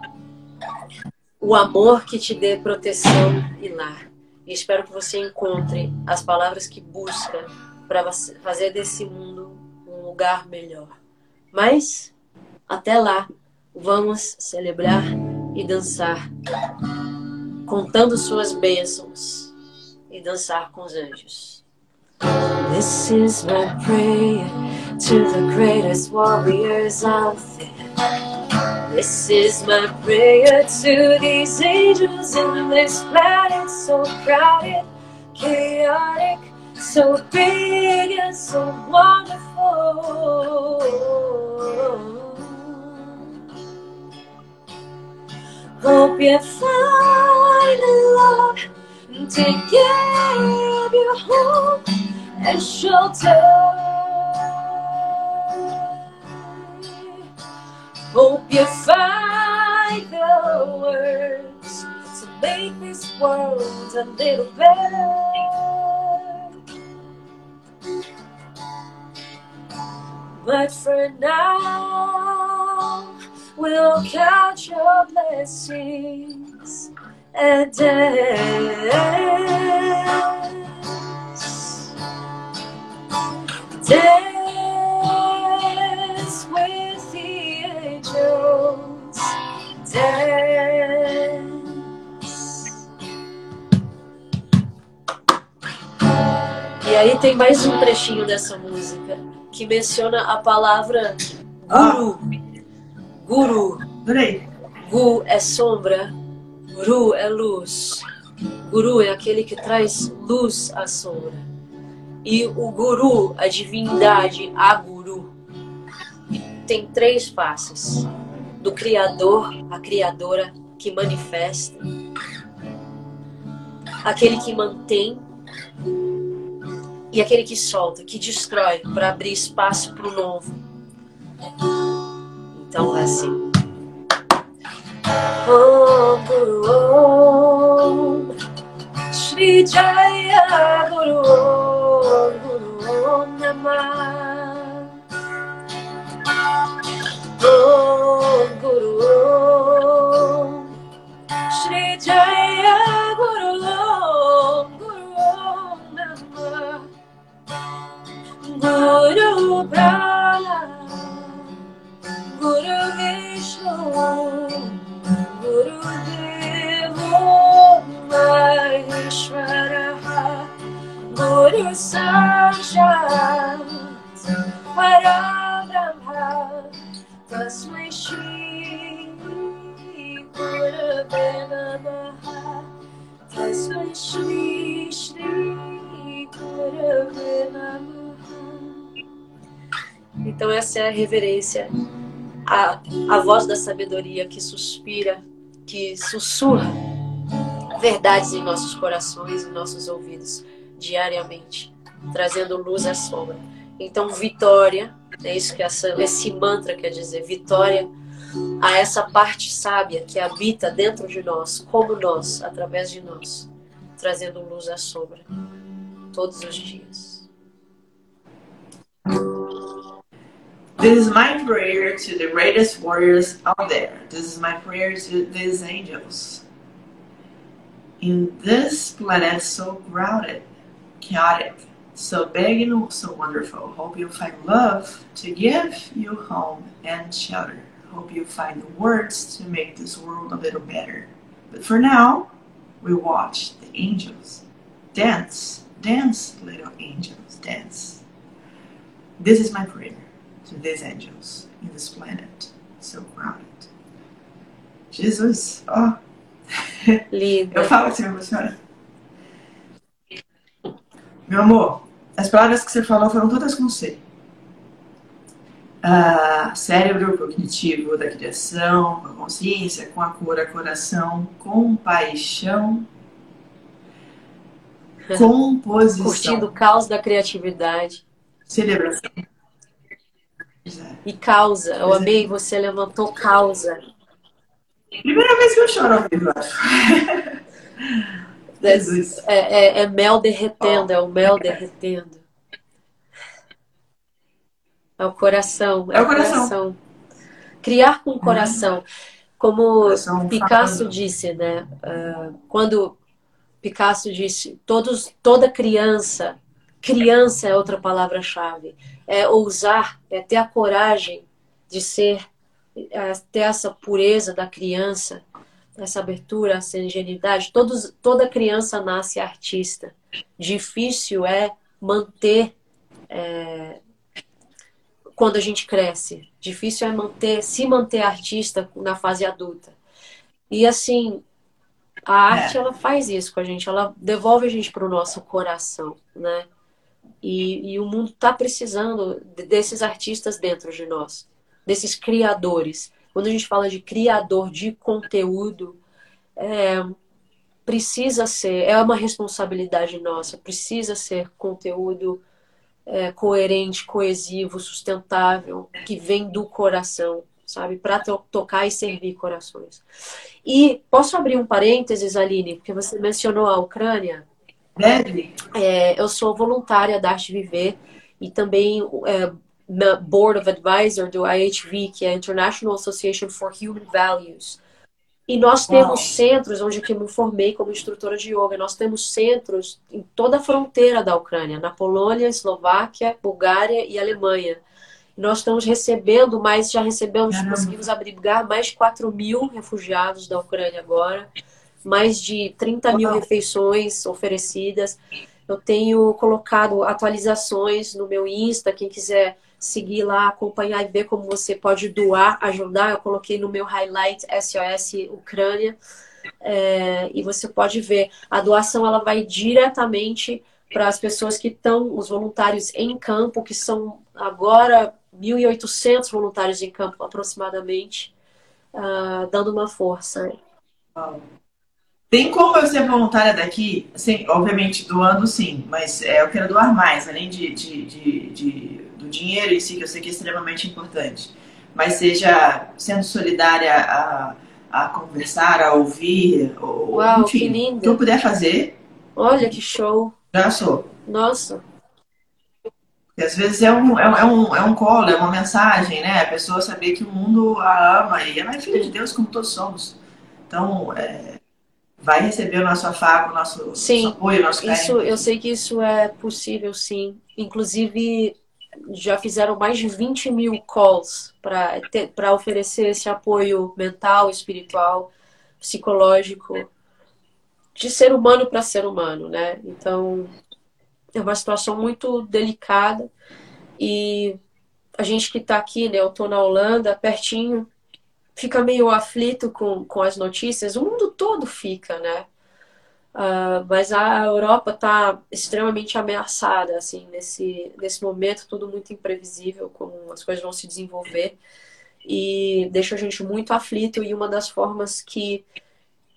o amor que te dê proteção e lar. E espero que você encontre as palavras que busca para fazer desse mundo um lugar melhor. Mas, até lá, vamos celebrar e dançar, contando suas bênçãos, e dançar com os anjos. This is my prayer to the greatest warriors out there. This is my prayer to these angels in this planet so crowded, chaotic, so big and so wonderful. Hope you find the love to give you hope and shelter. Hope you find the words to make this world a little better. But for now, we'll count your blessings and dance, dance with the angels, dance. E aí tem mais um trechinho dessa música que menciona a palavra guru. Guru. Adorei. Gu é sombra, Ru é luz. Guru é aquele que traz luz à sombra. E o guru, a divindade, a guru, tem três faces: do criador, a criadora que manifesta, aquele que mantém e aquele que solta, que destrói para abrir espaço para o novo. Então é assim. Om Guru Om Shri Jaya Guru Om Guru Om Namah Om Guru Om Shri Jaya Guru Om Guru Om Namah Guru Brahma Guru Vishnu Guru Devo Maheshwaraha Guru Sakshat Parabrahma Tasmai Shri Gurave Namaha Tasmai Shri Shri Gurave Namaha. Então essa é a reverência, a, a voz da sabedoria que suspira, que sussurra: verdades em nossos corações e nossos ouvidos diariamente, trazendo luz à sombra. Então, vitória, é isso que essa, esse mantra quer dizer, vitória a essa parte sábia que habita dentro de nós, como nós, através de nós, trazendo luz à sombra, todos os dias. This is my prayer to the greatest warriors out there. This is my prayer to these angels. In this planet so crowded, chaotic, so big and so wonderful, hope you find love to give you home and shelter. Hope you find the words to make this world a little better. But for now, we watch the angels dance, dance, little angels, dance. This is my prayer to these angels in this planet so crowded. Jesus, ó. Oh. Linda. Eu falo assim, senhora. Meu amor, as palavras que você falou foram todas com C. Ah, cérebro cognitivo da criação, com a consciência, com a cura, coração, compaixão, composição. Curtindo o caos da criatividade. Celebração. E causa. Eu amei, você levantou causa. Primeira vez que eu choro ao vivo, acho. É, é, é mel derretendo, oh. é o mel derretendo. É o coração, é, é o coração. coração. Criar com o coração. Como coração Picasso falando. disse, né? Uh, quando Picasso disse, todos, toda criança, criança é outra palavra-chave, é ousar, é ter a coragem de ser, é ter essa pureza da criança, essa abertura, essa ingenuidade. Todos, toda criança nasce artista. Difícil é manter, é, quando a gente cresce. Difícil é manter, se manter artista na fase adulta. E assim, a arte, ela faz isso com a gente, ela devolve a gente para o nosso coração, né? E, e o mundo está precisando desses artistas dentro de nós, desses criadores. Quando a gente fala de criador de conteúdo, é, precisa ser, é uma responsabilidade nossa, precisa ser conteúdo é, coerente, coesivo, sustentável, que vem do coração, sabe? Para to tocar e servir corações. E posso abrir um parênteses, Aline, porque você mencionou a Ucrânia. Deve. É, eu sou voluntária da Arte Viver e também é, na Board of Advisor do I H V, que é a International Association for Human Values. E nós temos Uau. centros, onde eu me formei como instrutora de yoga, nós temos centros em toda a fronteira da Ucrânia, na Polônia, Eslováquia, Bulgária e Alemanha. Nós estamos recebendo, mas já recebemos, Caramba. conseguimos abrigar mais de quatro mil refugiados da Ucrânia agora, mais de trinta mil refeições oferecidas. Eu tenho colocado atualizações no meu Insta, quem quiser seguir lá, acompanhar e ver como você pode doar, ajudar. Eu coloquei no meu highlight S O S Ucrânia, é, e você pode ver. A doação ela vai diretamente para as pessoas que estão, os voluntários em campo, que são agora mil e oitocentos voluntários em campo aproximadamente, uh, dando uma força. Tem como eu ser voluntária daqui? Assim, obviamente doando sim, mas é, eu quero doar mais, além de, de, de, de, do dinheiro em si, que eu sei que é extremamente importante, mas seja sendo solidária a, a conversar, a ouvir, ou, Uau, enfim, que lindo. O que eu puder fazer. Olha que show. Já sou. Nossa. Porque às vezes é um, é, um, é, um, é um colo, é uma mensagem, né? A pessoa saber que o mundo a ama e ela é filha de Deus como todos somos. Então, é, vai receber o nosso afago, o nosso, sim, nosso apoio, o nosso carinho. Isso, eu sei que isso é possível, sim. Inclusive, já fizeram mais de vinte mil calls para oferecer esse apoio mental, espiritual, psicológico, de ser humano para ser humano, né? Então, é uma situação muito delicada e a gente que está aqui, né? Eu estou na Holanda, pertinho, fica meio aflito com, com as notícias. O mundo todo fica, né? Uh, mas a Europa está extremamente ameaçada, assim, nesse, nesse momento, tudo muito imprevisível, como as coisas vão se desenvolver, e deixa a gente muito aflito, e uma das formas que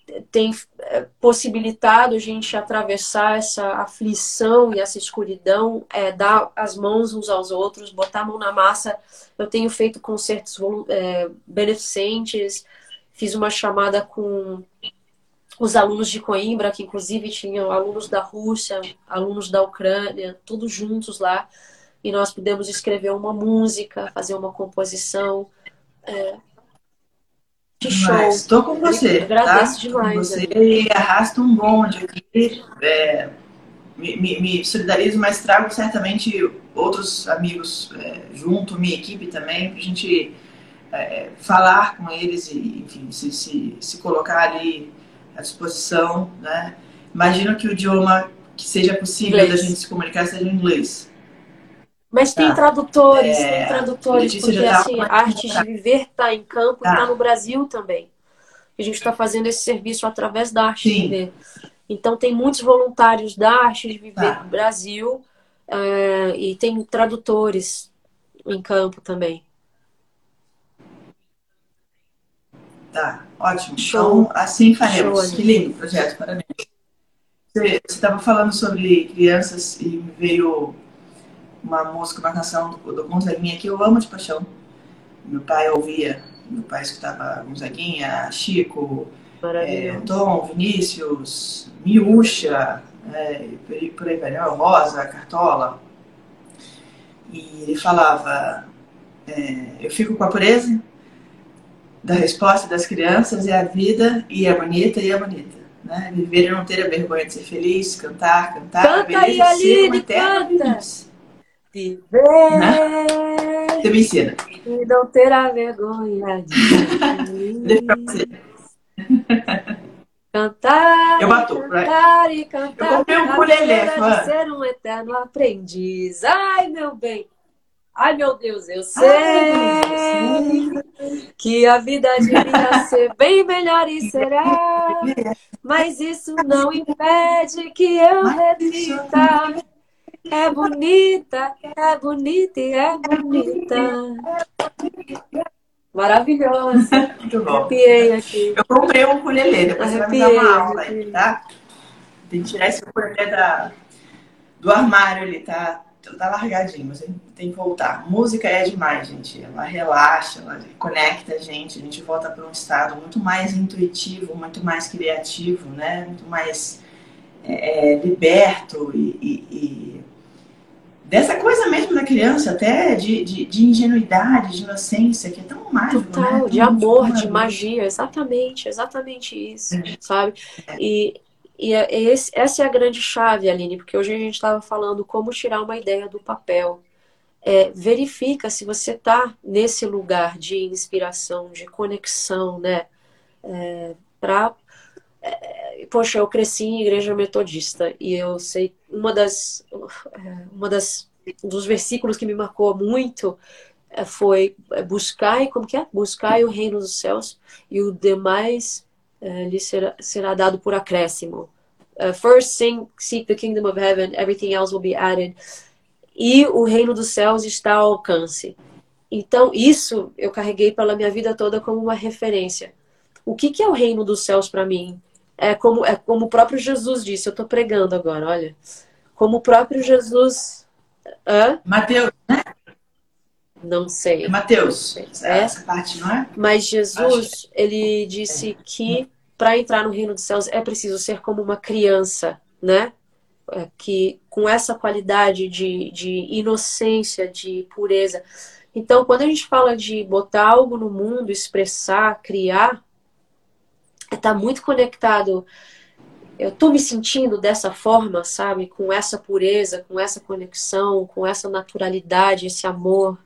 tem possibilitado a gente atravessar essa aflição e essa escuridão, é, dar as mãos uns aos outros, botar a mão na massa. Eu tenho feito concertos é, beneficentes, fiz uma chamada com os alunos de Coimbra, que inclusive tinham alunos da Rússia, alunos da Ucrânia, todos juntos lá, e nós pudemos escrever uma música, fazer uma composição. É, de show. Estou com você. Agradeço tá? demais. Com você e arrasta um bonde aqui. É, me, me, me solidarizo, mas trago certamente outros amigos é, junto, minha equipe também, para a gente é, falar com eles e, enfim, se, se, se colocar ali à disposição, né? Imagino que o idioma que seja possível inglês. Da gente se comunicar seja em inglês. Mas tem tá. tradutores, é, tem tradutores, porque tá assim, a Arte de Viver está em campo tá. e está no Brasil também. A gente está fazendo esse serviço através da Arte Sim. de Viver. Então tem muitos voluntários da Arte de Viver tá. do Brasil uh, e tem tradutores em campo também. Tá, ótimo. Show. Então, assim faremos. Show, que lindo projeto, parabéns. Você estava falando sobre crianças e me veio uma música, uma canção do, do Gonzaguinha que eu amo de paixão. Meu pai ouvia, meu pai escutava Gonzaguinha, Chico, é, Tom, Vinícius, Miúcha, é, por aí vai, Rosa, Cartola. E ele falava, é, eu fico com a pureza da resposta das crianças, é a vida e é bonita e é bonita. Né? Viver e não ter a vergonha de ser feliz, cantar, cantar, canta a beleza aí, ser Aline, uma eterna canta. Viver né? Você me ensina. E não ter a vergonha de ser cantar, eu bato, cantar e cantar. Eu comprei um ukulele, de ser um eterno aprendiz. Ai, meu bem. Ai, meu Deus, eu sei Ai, que a vida devia ser bem melhor e será. Mas isso não impede que eu repita. É bonita, é bonita e é bonita. Maravilhosa. Muito bom. Arrepiei aqui. Eu comprei um ukulele, depois arrepiei, você vai me dar uma aula aí, tá? Tem que tirar esse ukulele da, do armário ali, tá? Tá largadinho, mas tem que voltar. Música é demais, gente. Ela relaxa, ela conecta a gente, a gente volta para um estado muito mais intuitivo, muito mais criativo, né? Muito mais é, liberto e, e, e dessa coisa mesmo da criança, até de, de, de ingenuidade, de inocência, que é tão mágico, total, né? de amor, de magia, exatamente, exatamente isso, é. sabe? E, e esse, essa é a grande chave, Aline, porque hoje a gente estava falando como tirar uma ideia do papel. É, verifica se você está nesse lugar de inspiração, de conexão, né? É, pra, é, poxa, eu cresci em igreja metodista e eu sei, uma das, uma das dos versículos que me marcou muito foi buscar, como que é? Buscar o reino dos céus e o demais uh, lhe será, será dado por acréscimo. Uh, first sing, seek the kingdom of heaven, everything else will be added. E o reino dos céus está ao alcance. Então, isso eu carreguei pela minha vida toda como uma referência. O que, que é o reino dos céus para mim? É como, é como o próprio Jesus disse, eu estou pregando agora, olha. Como o próprio Jesus... Hã? Mateus, né? Não sei. É Mateus, é? essa parte, não é? Mas Jesus, ele disse que para entrar no reino dos céus é preciso ser como uma criança, né? Que, com essa qualidade de, de inocência, de pureza. Então, quando a gente fala de botar algo no mundo, expressar, criar, está muito conectado. Eu estou me sentindo dessa forma, sabe? Com essa pureza, com essa conexão, com essa naturalidade, esse amor.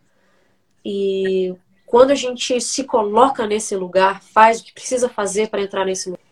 E quando a gente se coloca nesse lugar, faz o que precisa fazer para entrar nesse lugar.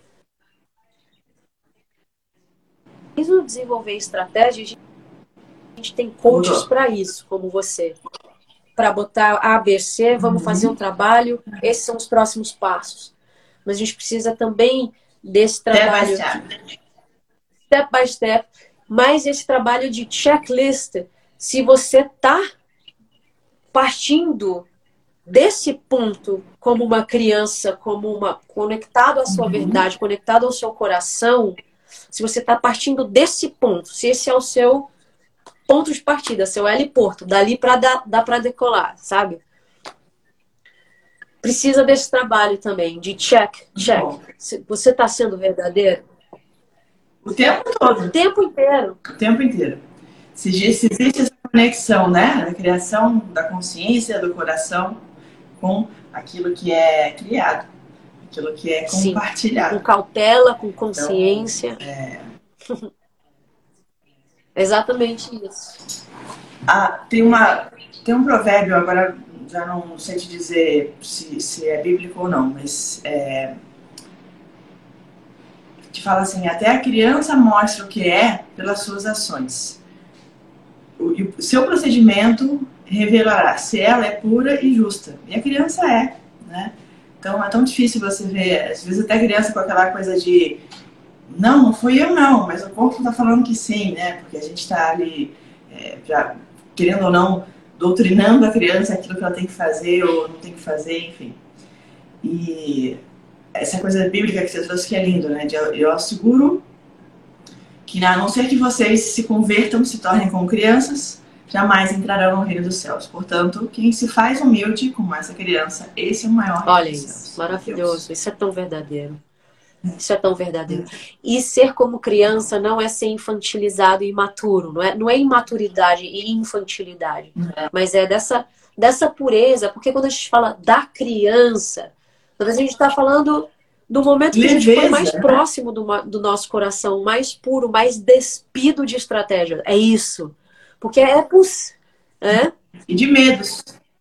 Preciso desenvolver estratégias. A gente tem coaches para isso, como você. Para botar A, B, C, vamos fazer um trabalho, esses são os próximos passos. Mas a gente precisa também desse trabalho step by step, mas esse trabalho de checklist, se você está partindo desse ponto, como uma criança, como uma conectado à sua Uhum. verdade, conectado ao seu coração, se você está partindo desse ponto, se esse é o seu ponto de partida, seu heliporto, dali para dar, dá para decolar, sabe? Precisa desse trabalho também, de check, check. Bom. Você está sendo verdadeiro? O tempo todo. O tempo inteiro. O tempo inteiro. Se, se existe essa conexão, né? Da criação da consciência, do coração, com aquilo que é criado, aquilo que é Sim. compartilhado. Com cautela, com consciência. Então, é... Exatamente isso. Ah, tem, uma, tem um provérbio, agora já não sei te dizer se, se é bíblico ou não, mas é, que fala assim, até a criança mostra o que é pelas suas ações. O, e o seu procedimento revelará se ela é pura e justa. E a criança é, né? Então é tão difícil você ver, às vezes até a criança com aquela coisa de não, não fui eu não, mas o corpo está falando que sim, né? Porque a gente está ali, é, já, querendo ou não, doutrinando a criança aquilo que ela tem que fazer ou não tem que fazer, enfim. E essa coisa bíblica que você trouxe que é lindo, né? De, eu asseguro que a não ser que vocês se convertam, se tornem como crianças, jamais entrarão no reino dos céus. Portanto, quem se faz humilde como essa criança, esse é o maior reino Olha dos isso, céus. maravilhoso. Isso é tão verdadeiro. Isso é tão verdadeiro. E ser como criança não é ser infantilizado e imaturo. Não é, não é imaturidade e infantilidade. Mas é dessa, dessa pureza. Porque quando a gente fala da criança, talvez a gente está falando do momento que Leveza, a gente foi mais né? próximo do, do nosso coração, mais puro, mais despido de estratégia. É isso. Porque é possível. É? E de medos.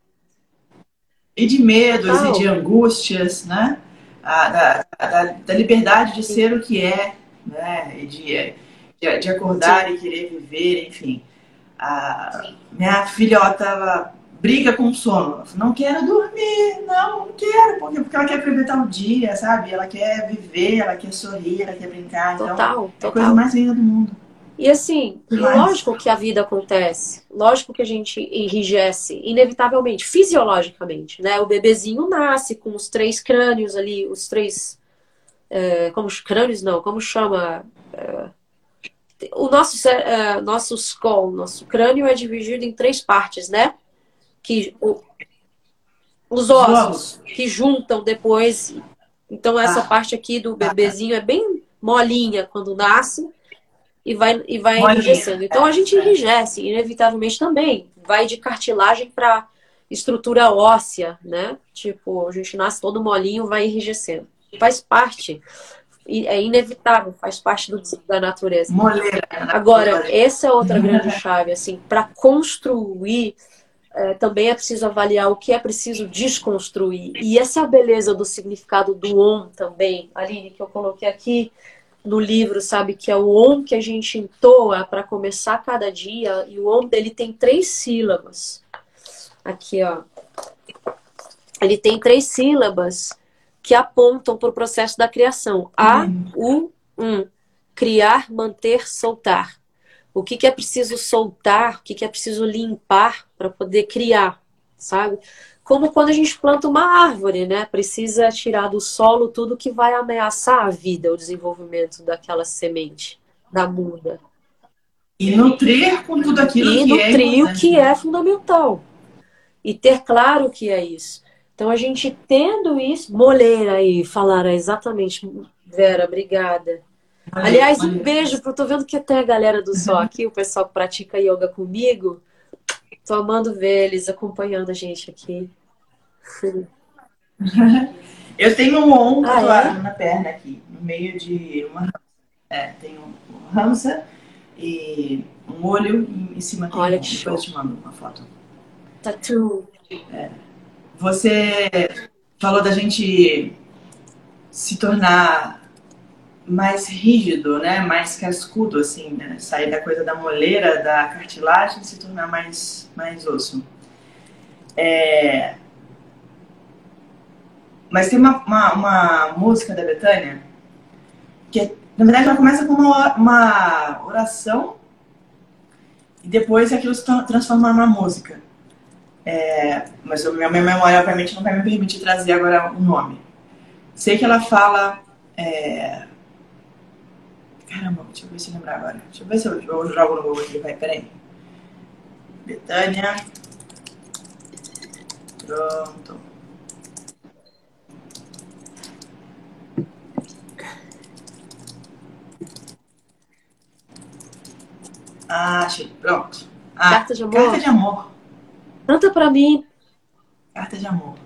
E de medos Total. e de angústias, né? A, da, da, da liberdade de ser o que é, né? E de, de, de acordar Sim. e querer viver, enfim. A minha filhota, ela briga com o sono. Ela fala, não quero dormir, não, não quero. Porque, porque ela quer aproveitar o dia, sabe? Ela quer viver, ela quer sorrir, ela quer brincar. Então, Total, é a total. coisa mais linda do mundo. E assim, e Mas- lógico que a vida acontece, lógico que a gente enrijece, inevitavelmente, fisiologicamente, né? O bebezinho nasce com os três crânios ali, os três, é, como os crânios não, como chama? É, o nosso, cé- é, nosso skull, nosso crânio é dividido em três partes, né? Que o- os ossos que juntam depois. Então essa Ah. parte aqui do bebezinho é bem molinha quando nasce. E vai, e vai Molinha. enrijecendo. Então a gente É. enrijece, inevitavelmente também. Vai de cartilagem para estrutura óssea, né? Tipo, a gente nasce todo molinho, vai enrijecendo. Faz parte. E é inevitável, faz parte do, da natureza. Moleira. Agora, essa é outra grande chave, assim, para construir, é, também é preciso avaliar o que é preciso desconstruir. E essa é a beleza do significado do Om também, Aline, que eu coloquei aqui no livro, sabe, que é o Om que a gente entoa para começar cada dia, e o Om dele tem três sílabas. Aqui, ó. Ele tem três sílabas que apontam para o processo da criação. A, U, Um. Criar, manter, soltar. O que, que é preciso soltar, o que, que é preciso limpar para poder criar, sabe? Como quando a gente planta uma árvore, né? Precisa tirar do solo tudo que vai ameaçar a vida, o desenvolvimento daquela semente, da muda. E nutrir com tudo aquilo E que é nutrir o importante. que é fundamental. E ter claro o que é isso. Então, a gente tendo isso... Moleira aí, falaram exatamente. Vera, obrigada. Moleira, Aliás, um moleira. beijo, porque eu tô vendo que tem a galera do Sol aqui, o pessoal que pratica yoga comigo. Tô amando ver eles acompanhando a gente aqui. Eu tenho um Om Ah, tatuado na perna aqui, no meio de uma... É, tem um Ramsa e um olho e em cima tem Olha um. que Depois show. eu te mando uma foto. Tatu. Você falou da gente se tornar mais rígido, né? Mais cascudo, assim, né? Sair da coisa da moleira, da cartilagem, e se tornar mais, mais osso. É... Mas tem uma, uma, uma música da Bethânia que, na verdade, ela começa com uma, uma oração e depois aquilo se transforma numa música. É, mas a minha memória, obviamente, não vai me permitir trazer agora o nome. Sei que ela fala... É... Caramba, deixa eu ver se eu lembrar agora. Deixa eu ver se eu, eu jogo no Google aqui, vai, peraí. Betânia. Pronto. Ah, achei. Pronto. Ah, Carta de amor? Carta de amor. Canta pra mim. Carta de amor.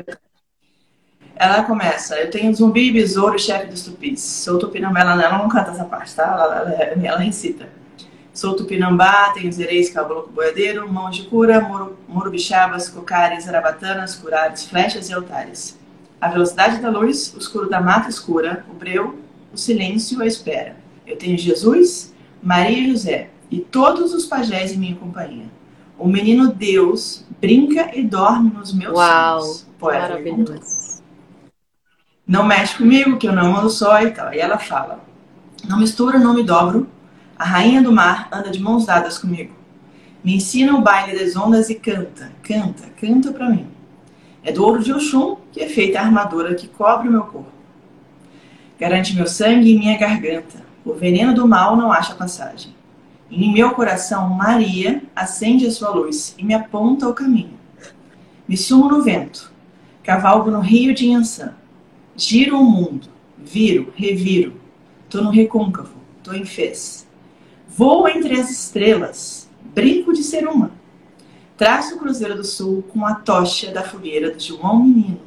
Ela começa, eu tenho zumbi, besouro, chefe dos tupis. Sou tupinambá, ela, ela não canta essa parte, tá? Ela, ela, ela recita. Sou tupinambá, tenho zereis, caboclo, boiadeiro, mãos de cura, moro, morubixabas, cocares, zarabatanas, curares, flechas e altares. A velocidade da luz, o escuro da mata escura, o breu, o silêncio, a espera. Eu tenho Jesus, Maria e José, e todos os pajés em minha companhia. O menino Deus brinca e dorme nos meus Uau, sonhos. Poeta maravilhoso. Não mexe comigo, que eu não ando só e tal. E ela fala, não mistura, não me dobro, a rainha do mar anda de mãos dadas comigo. Me ensina o baile das ondas e canta, canta, canta pra mim. É do ouro de Oxum que é feita a armadura que cobre o meu corpo. Garante meu sangue e minha garganta, o veneno do mal não acha passagem. E em meu coração, Maria acende a sua luz e me aponta o caminho. Me sumo no vento, cavalgo no rio de Inhansã. Giro o mundo, viro, reviro. Tô no recôncavo, tô em Fez. Voo entre as estrelas, brinco de ser uma. Traço o Cruzeiro do Sul com a tocha da fogueira do João Menino.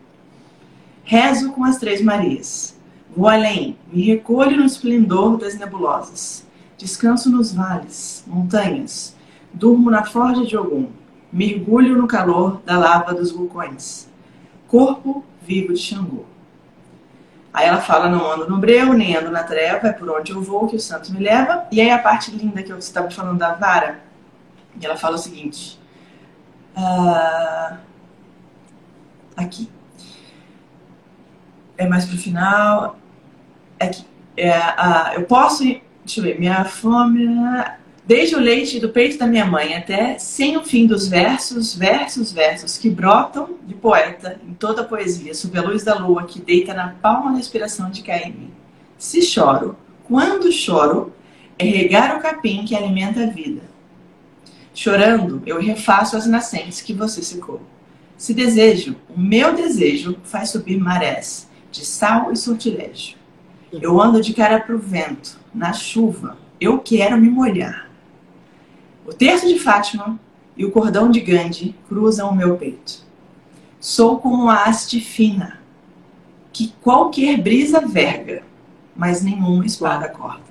Rezo com as Três Marias. Vou além, me recolho no esplendor das nebulosas. Descanso nos vales, montanhas. Durmo na forja de Ogum. Mergulho no calor da lava dos vulcões. Corpo vivo de Xangô. Aí ela fala, não ando no breu, nem ando na treva, é por onde eu vou que o santo me leva. E aí a parte linda que eu estava falando da vara, e ela fala o seguinte, uh, aqui, é mais pro final, aqui, é, uh, eu posso, deixa eu ver, minha fome, desde o leite do peito da minha mãe até sem o fim dos versos, versos, versos que brotam de poeta em toda a poesia, sob a luz da lua que deita na palma da inspiração de Caíme. Se choro, quando choro, é regar o capim que alimenta a vida. Chorando, eu refaço as nascentes que você secou. Se desejo, o meu desejo faz subir marés de sal e sortilégio. Eu ando de cara pro vento, na chuva, eu quero me molhar. O terço de Fátima e o cordão de Gandhi cruzam o meu peito. Sou como uma haste fina, que qualquer brisa verga, mas nenhuma espada corta.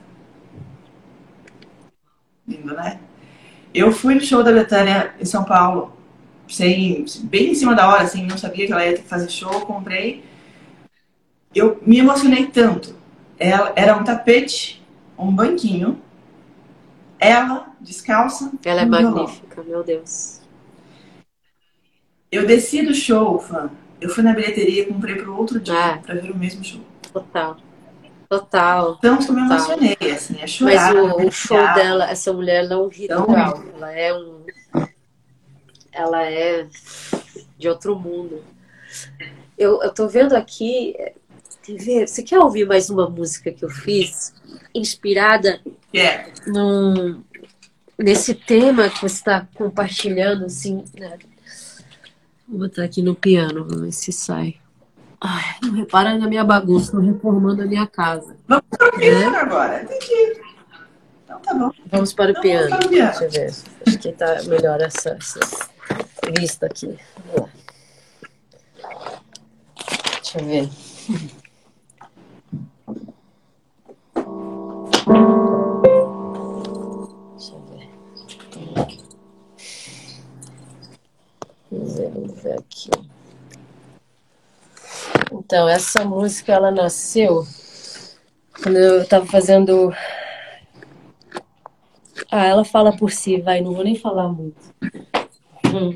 Lindo, né? Eu fui no show da Betânia em São Paulo, sem, bem em cima da hora, assim, não sabia que ela ia ter que fazer show, comprei. Eu me emocionei tanto. Ela, era um tapete, um banquinho, ela, descalça. Ela é magnífica, meu Deus. Eu desci do show, fã. Eu fui na bilheteria e comprei pro outro dia, Ah, pra ver o mesmo show. total. Total. Tanto que eu me total. emocionei, assim, é Mas chorar. o, o show dela, essa mulher ela é um ritual. Então, Ela é um. Ela é de outro mundo. Eu, eu tô vendo aqui. Quer ver? Você quer ouvir mais uma música que eu fiz? Inspirada é. num, nesse tema que você está compartilhando, assim, né? Vou botar aqui no piano, vamos ver se sai. Ai, não repara na minha bagunça, estou reformando a minha casa. Vamos para o piano Né? agora. Entendi. Então tá bom. Vamos para o Então, piano. vamos para o piano. Deixa eu ver. Acho que tá melhor essa, essa vista aqui. Vamos lá. Deixa eu ver. Deixa eu ver. Vamos ver, vamos ver aqui. Então, essa música, ela nasceu quando eu estava fazendo... Ah, ela fala por si, vai, não vou nem falar muito. Hum.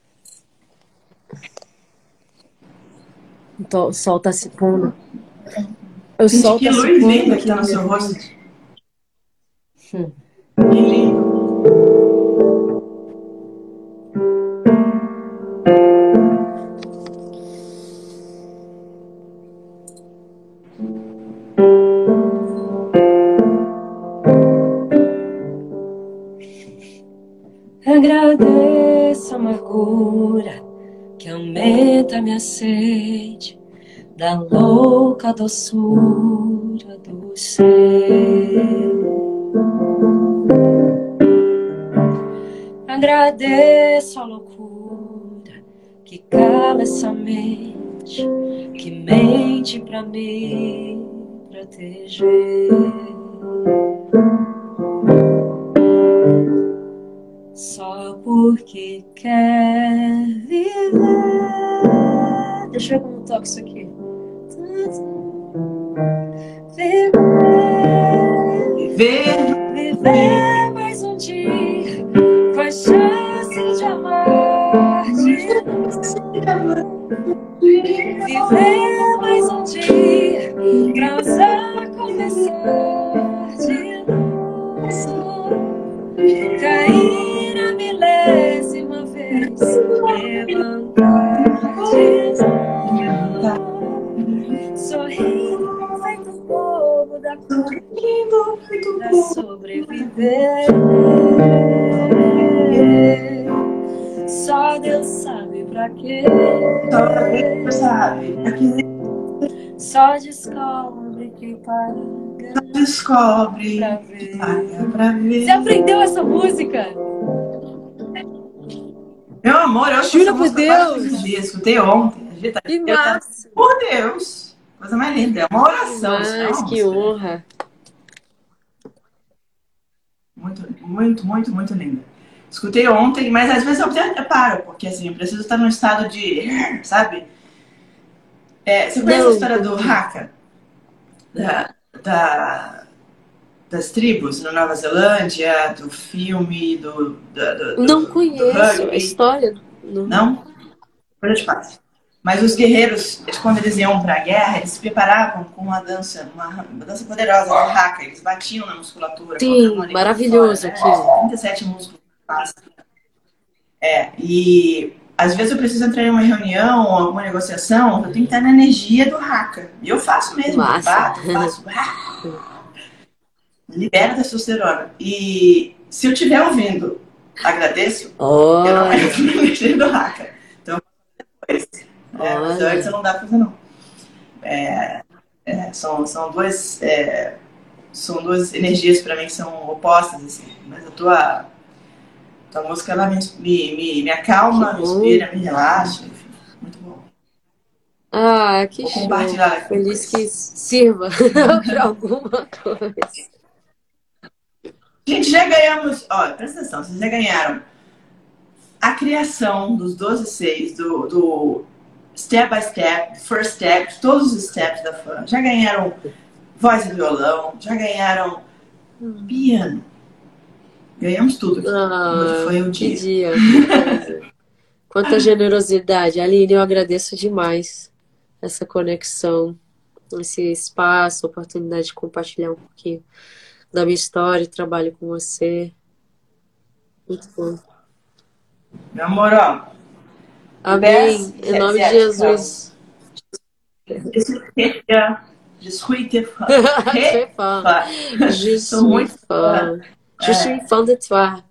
Então, o sol tá se pondo. O Gente, sol que tá se luz pondo linda aqui que tá na no seu minha rosto. frente. Hum. Que lindo. Agradeço a amargura que aumenta minha sede da louca doçura do ser. Agradeço a loucura que cala essa mente, que mente pra me proteger. Só porque quer viver. Deixa eu ver como toco isso aqui. Viver, Viver, viver mais um dia com a chance de amar de novo. Viver mais um dia pra usar confessar de novo. Cair a milésima vez, levantar de novo, sorrindo feito povo da cor, pra sobreviver. Só Deus sabe pra quê. só Deus sabe. Aqui Só descobre que paga descobre pra que ver. paga pra ver. Você aprendeu essa música? Meu amor, eu Jura essa por música quase Deus? todos os dias. Escutei ontem. A gente tá- Que eu tava- massa! Por Deus! Coisa mais linda. É uma oração. Isso não é Mas uma que música. honra! Muito, muito, muito, muito linda. Escutei ontem, mas às vezes eu até paro, porque assim, eu preciso estar num estado de. Sabe? É, você conhece Não, a história do entendi. Haka? Da, da- das tribos na Nova Zelândia, do filme, do, da- do, do, Não do conheço a rugby? história. Não. Não? Depois eu te passo. Mas os guerreiros, eles, quando eles iam para a guerra, eles se preparavam com uma dança, uma, uma dança poderosa do Haka. Eles batiam na musculatura. Sim, colocavam ali maravilhoso pra fora, né? aquilo. trinta e sete músculos. É, e às vezes eu preciso entrar em uma reunião ou alguma negociação, eu tenho que estar na energia do Haka. E eu faço mesmo, eu Massa. bato, eu faço. Libera testosterona. E se eu estiver ouvindo, agradeço, eu não Olha, entro na energia do Haka. Então, depois. É, mas olha. antes não dá pra fazer, não. É, é, são, são, duas, é, são duas energias pra mim que são opostas, assim. Mas a tua, tua música, ela me, me, me, me acalma, Que me bom. inspira, me relaxa, enfim. Muito bom. Ah, que Vou show. compartilhar aqui Feliz que depois. sirva para alguma coisa. Gente, já ganhamos... Olha, presta atenção, vocês já ganharam a criação dos doze seis, do, do Step by Step, First Step, todos os steps da fã. Já ganharam voz e violão, já ganharam piano. Ganhamos tudo aqui. Hoje Ah, foi o que dia. dia, que coisa. Quanta generosidade. Aline, eu agradeço demais essa conexão, esse espaço, a oportunidade de compartilhar um pouquinho da minha história, trabalho com você. Muito bom. Meu amor, ó. Amém. Em nome de Jesus. Je suis tes fã. Très fã. Je Sou suis muito fã. Je suis fã de toi.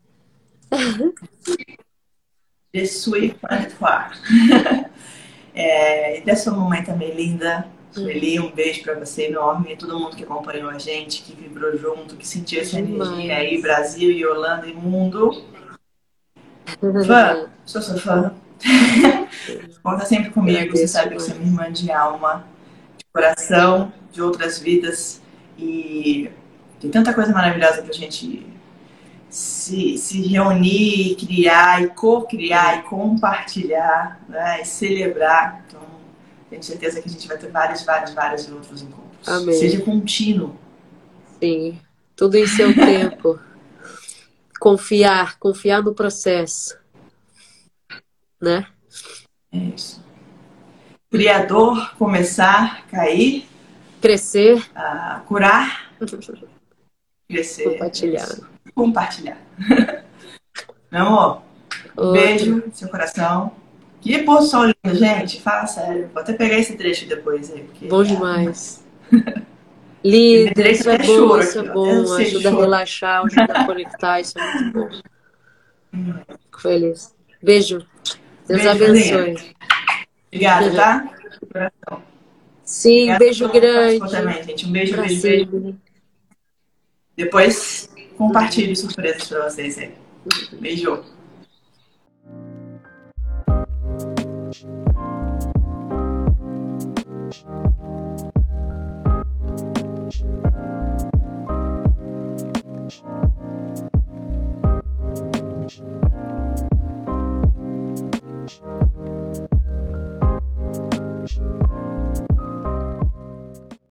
Je suis fã de toi. É, e dessa mamãe também linda. Sueli, um beijo pra você enorme. Todo mundo que acompanhou a gente, que vibrou junto, que sentiu essa Demais. energia aí, Brasil e Holanda e mundo. Fã, sou sua fã. Conta sempre comigo, Agradeço você sabe que você é minha irmã de alma, de coração, de outras vidas. E tem tanta coisa maravilhosa pra gente se, se reunir, criar e co-criar e compartilhar, né? E celebrar. Então, tenho certeza que a gente vai ter vários, vários, vários outros encontros. Amém. Seja contínuo. Sim, tudo em seu tempo. Confiar, confiar no processo. Né? É isso. Criador, começar, cair, crescer, uh, curar, crescer, compartilhar. É compartilhar. Meu amor, um Outro. beijo no seu coração. Que pôr sol lindo, gente. Fala sério. Vou até pegar esse trecho depois aí. Porque bom demais. Líder, isso é bom, isso é bom. Ajuda a relaxar, ajuda a conectar, isso é muito bom. Fico feliz. Beijo. Deus Beijo, abençoe. Obrigada, tá? Coração. Sim, Obrigada beijo grande. também, gente. Um beijo, Pra beijo, beijo. sempre. Depois compartilhe surpresas pra vocês aí. Beijo. Thank you.